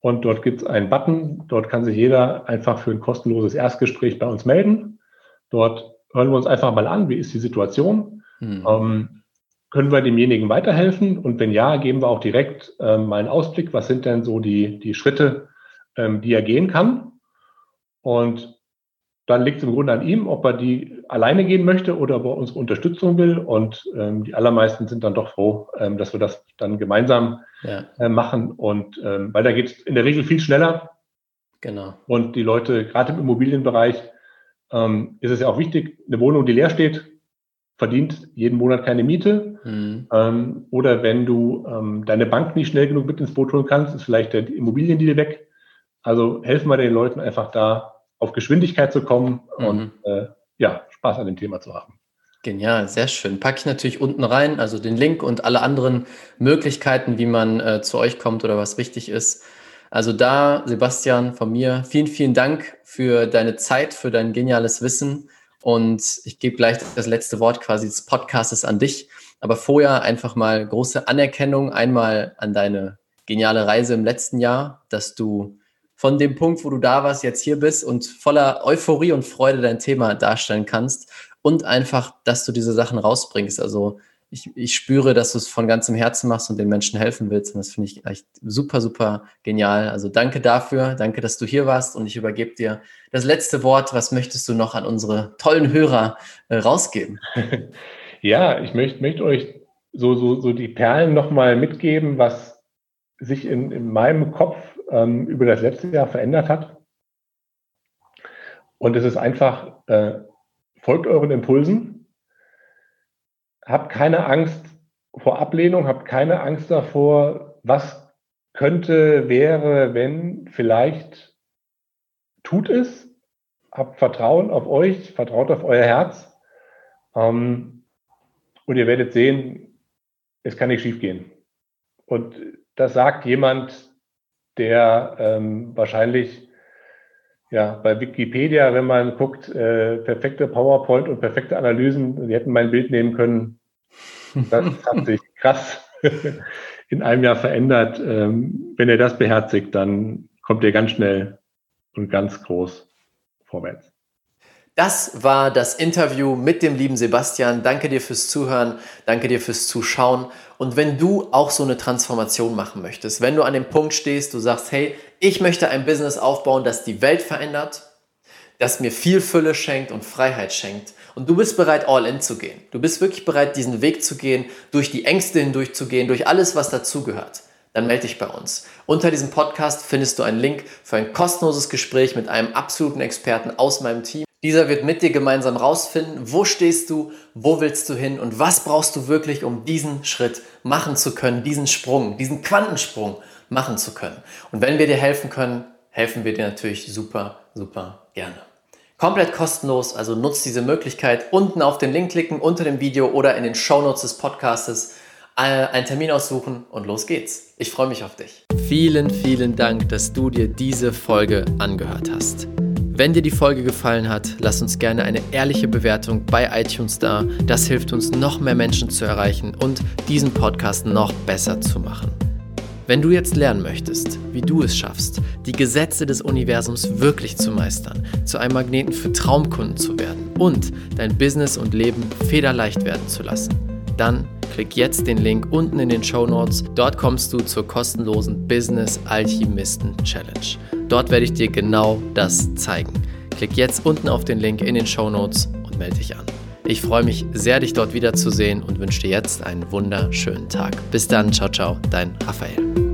Und dort gibt es einen Button, dort kann sich jeder einfach für ein kostenloses Erstgespräch bei uns melden. Dort hören wir uns einfach mal an, wie ist die Situation, mhm. ähm, können wir demjenigen weiterhelfen und wenn ja, geben wir auch direkt ähm, mal einen Ausblick, was sind denn so die, die Schritte, ähm, die er gehen kann. Und dann liegt es im Grunde an ihm, ob er die alleine gehen möchte oder ob er unsere Unterstützung will. Und ähm, die allermeisten sind dann doch froh, ähm, dass wir das dann gemeinsam ja. äh, machen. Und ähm, weil da geht es in der Regel viel schneller. Genau. Und die Leute, gerade im Immobilienbereich, ähm, ist es ja auch wichtig, eine Wohnung, die leer steht, verdient jeden Monat keine Miete. Mhm. Ähm, oder wenn du ähm, deine Bank nicht schnell genug mit ins Boot holen kannst, ist vielleicht der Immobiliendeal weg. Also helfen wir den Leuten einfach da, auf Geschwindigkeit zu kommen mhm. und äh, ja, Spaß an dem Thema zu haben. Genial, sehr schön. Packe ich natürlich unten rein, also den Link und alle anderen Möglichkeiten, wie man äh, zu euch kommt oder was wichtig ist. Also da, Sebastian, von mir, vielen, vielen Dank für deine Zeit, für dein geniales Wissen. Und ich gebe gleich das letzte Wort quasi des Podcasts an dich. Aber vorher einfach mal große Anerkennung einmal an deine geniale Reise im letzten Jahr, dass du von dem Punkt, wo du da warst, jetzt hier bist und voller Euphorie und Freude dein Thema darstellen kannst und einfach, dass du diese Sachen rausbringst. Also ich, ich spüre, dass du es von ganzem Herzen machst und den Menschen helfen willst und das finde ich echt super, super genial. Also danke dafür, danke, dass du hier warst und ich übergebe dir das letzte Wort. Was möchtest du noch an unsere tollen Hörer äh, rausgeben? Ja, ich möchte, möchte euch so, so, so die Perlen nochmal mitgeben, was sich in, in meinem Kopf ähm, über das letzte Jahr verändert hat. Und es ist einfach, äh, folgt euren Impulsen, habt keine Angst vor Ablehnung, habt keine Angst davor, was könnte, wäre, wenn, vielleicht tut es, habt Vertrauen auf euch, vertraut auf euer Herz ähm, und ihr werdet sehen, es kann nicht schief gehen. Und das sagt jemand, der ähm, wahrscheinlich ja bei Wikipedia, wenn man guckt, äh, perfekte PowerPoint und perfekte Analysen, die hätten mein Bild nehmen können. Das hat sich krass in einem Jahr verändert. Ähm, wenn ihr das beherzigt, dann kommt ihr ganz schnell und ganz groß vorwärts. Das war das Interview mit dem lieben Sebastian. Danke dir fürs Zuhören, danke dir fürs Zuschauen. Und wenn du auch so eine Transformation machen möchtest, wenn du an dem Punkt stehst, du sagst, hey, ich möchte ein Business aufbauen, das die Welt verändert, das mir viel Fülle schenkt und Freiheit schenkt und du bist bereit, all in zu gehen. Du bist wirklich bereit, diesen Weg zu gehen, durch die Ängste hindurch zu gehen, durch alles, was dazugehört. Dann melde dich bei uns. Unter diesem Podcast findest du einen Link für ein kostenloses Gespräch mit einem absoluten Experten aus meinem Team. Dieser wird mit dir gemeinsam rausfinden, wo stehst du, wo willst du hin und was brauchst du wirklich, um diesen Schritt machen zu können, diesen Sprung, diesen Quantensprung machen zu können. Und wenn wir dir helfen können, helfen wir dir natürlich super, super gerne. Komplett kostenlos, also nutzt diese Möglichkeit. Unten auf den Link klicken, unter dem Video oder in den Shownotes des Podcastes einen Termin aussuchen und los geht's. Ich freue mich auf dich. Vielen, vielen Dank, dass du dir diese Folge angehört hast. Wenn dir die Folge gefallen hat, lass uns gerne eine ehrliche Bewertung bei iTunes da. Das hilft uns, noch mehr Menschen zu erreichen und diesen Podcast noch besser zu machen. Wenn du jetzt lernen möchtest, wie du es schaffst, die Gesetze des Universums wirklich zu meistern, zu einem Magneten für Traumkunden zu werden und dein Business und Leben federleicht werden zu lassen, dann klick jetzt den Link unten in den Shownotes. Dort kommst du zur kostenlosen Business Alchemisten Challenge. Dort werde ich dir genau das zeigen. Klick jetzt unten auf den Link in den Shownotes und melde dich an. Ich freue mich sehr, dich dort wiederzusehen und wünsche dir jetzt einen wunderschönen Tag. Bis dann, ciao, ciao, dein Raphael.